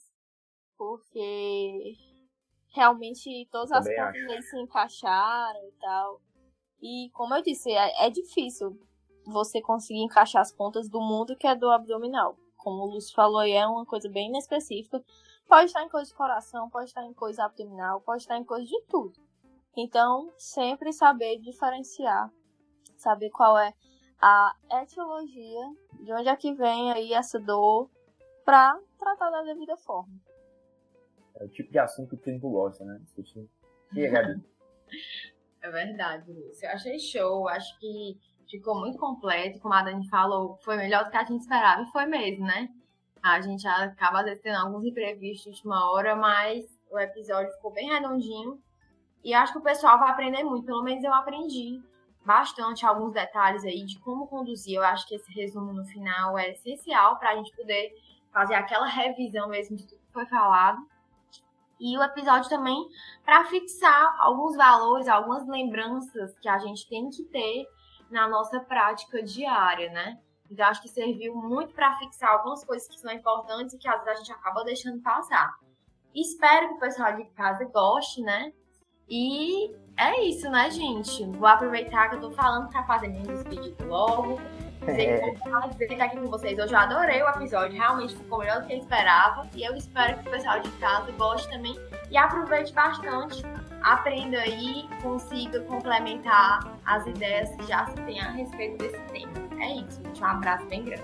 Porque realmente todas as pontas se encaixaram e tal. E como eu disse, é difícil você conseguir encaixar as pontas do mundo que é do abdominal. Como o Lúcio falou aí, é uma coisa bem inespecífica. Pode estar em coisa de coração, pode estar em coisa abdominal, pode estar em coisa de tudo. Então, sempre saber diferenciar, saber qual é a etiologia, de onde é que vem aí essa dor, para tratar da devida forma. É o tipo de assunto que o clínico gosta, né? E aí, Gabi? É verdade, Lúcio. Eu achei show, acho que ficou muito completo, como a Dani falou, foi melhor do que a gente esperava, e foi mesmo, né? A gente acaba, às vezes, tendo alguns imprevistos de última hora, mas o episódio ficou bem redondinho, e acho que o pessoal vai aprender muito, pelo menos eu aprendi bastante alguns detalhes aí de como conduzir. Eu acho que esse resumo no final é essencial para a gente poder fazer aquela revisão mesmo de tudo que foi falado. E o episódio também para fixar alguns valores, algumas lembranças que a gente tem que ter na nossa prática diária, né? Então, acho que serviu muito para fixar algumas coisas que são importantes e que às vezes a gente acaba deixando passar. Espero que o pessoal de casa goste, né? E é isso, né, gente? Vou aproveitar que eu tô falando para fazer minha despedida logo. Dizer que estar aqui com vocês hoje. Eu adorei o episódio, realmente ficou melhor do que eu esperava. E eu espero que o pessoal de casa goste também e aproveite bastante, aprenda aí, consiga complementar as ideias que já se tem a respeito desse tema. É isso, gente. Um abraço bem grande.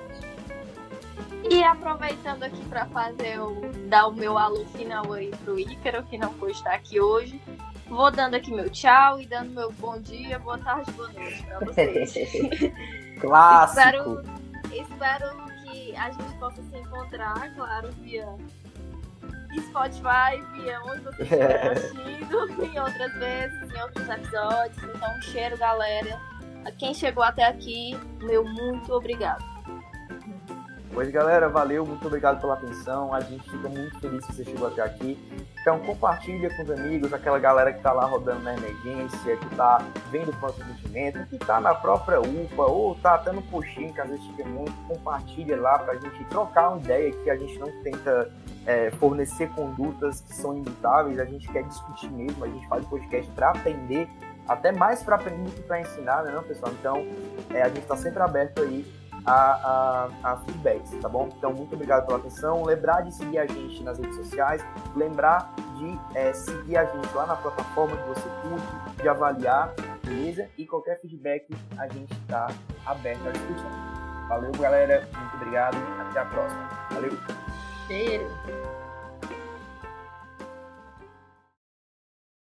E aproveitando aqui para dar o meu alô final aí pro Ícaro, que não pôde estar aqui hoje. Vou dando aqui meu tchau e dando meu bom dia, boa tarde, boa noite para vocês. Clássico! Espero que a gente possa se encontrar, claro, via Spotify, via onde você estiver assistindo, em outras vezes, em outros episódios. Então, um cheiro, galera. A quem chegou até aqui, meu muito obrigado. Pois, galera, valeu, muito obrigado pela atenção. A gente fica muito feliz que você chegou até aqui. Então, compartilha com os amigos, aquela galera que tá lá rodando na emergência, que tá vendo o pronto atendimento, que tá na própria UPA, ou tá até no postinho, que às vezes fica muito. Compartilha lá pra gente trocar uma ideia, que a gente não tenta fornecer condutas que são imutáveis, a gente quer discutir mesmo, a gente faz o podcast pra aprender, até mais pra aprender do que pra ensinar, né, não, pessoal? Então, a gente tá sempre aberto aí a feedbacks, tá bom? Então, muito obrigado pela atenção. Lembrar de seguir a gente nas redes sociais, lembrar de seguir a gente lá na plataforma que você curte, de avaliar, beleza? E qualquer feedback a gente está aberto à discussão. Valeu, galera. Muito obrigado. Até a próxima. Valeu. Cheiro.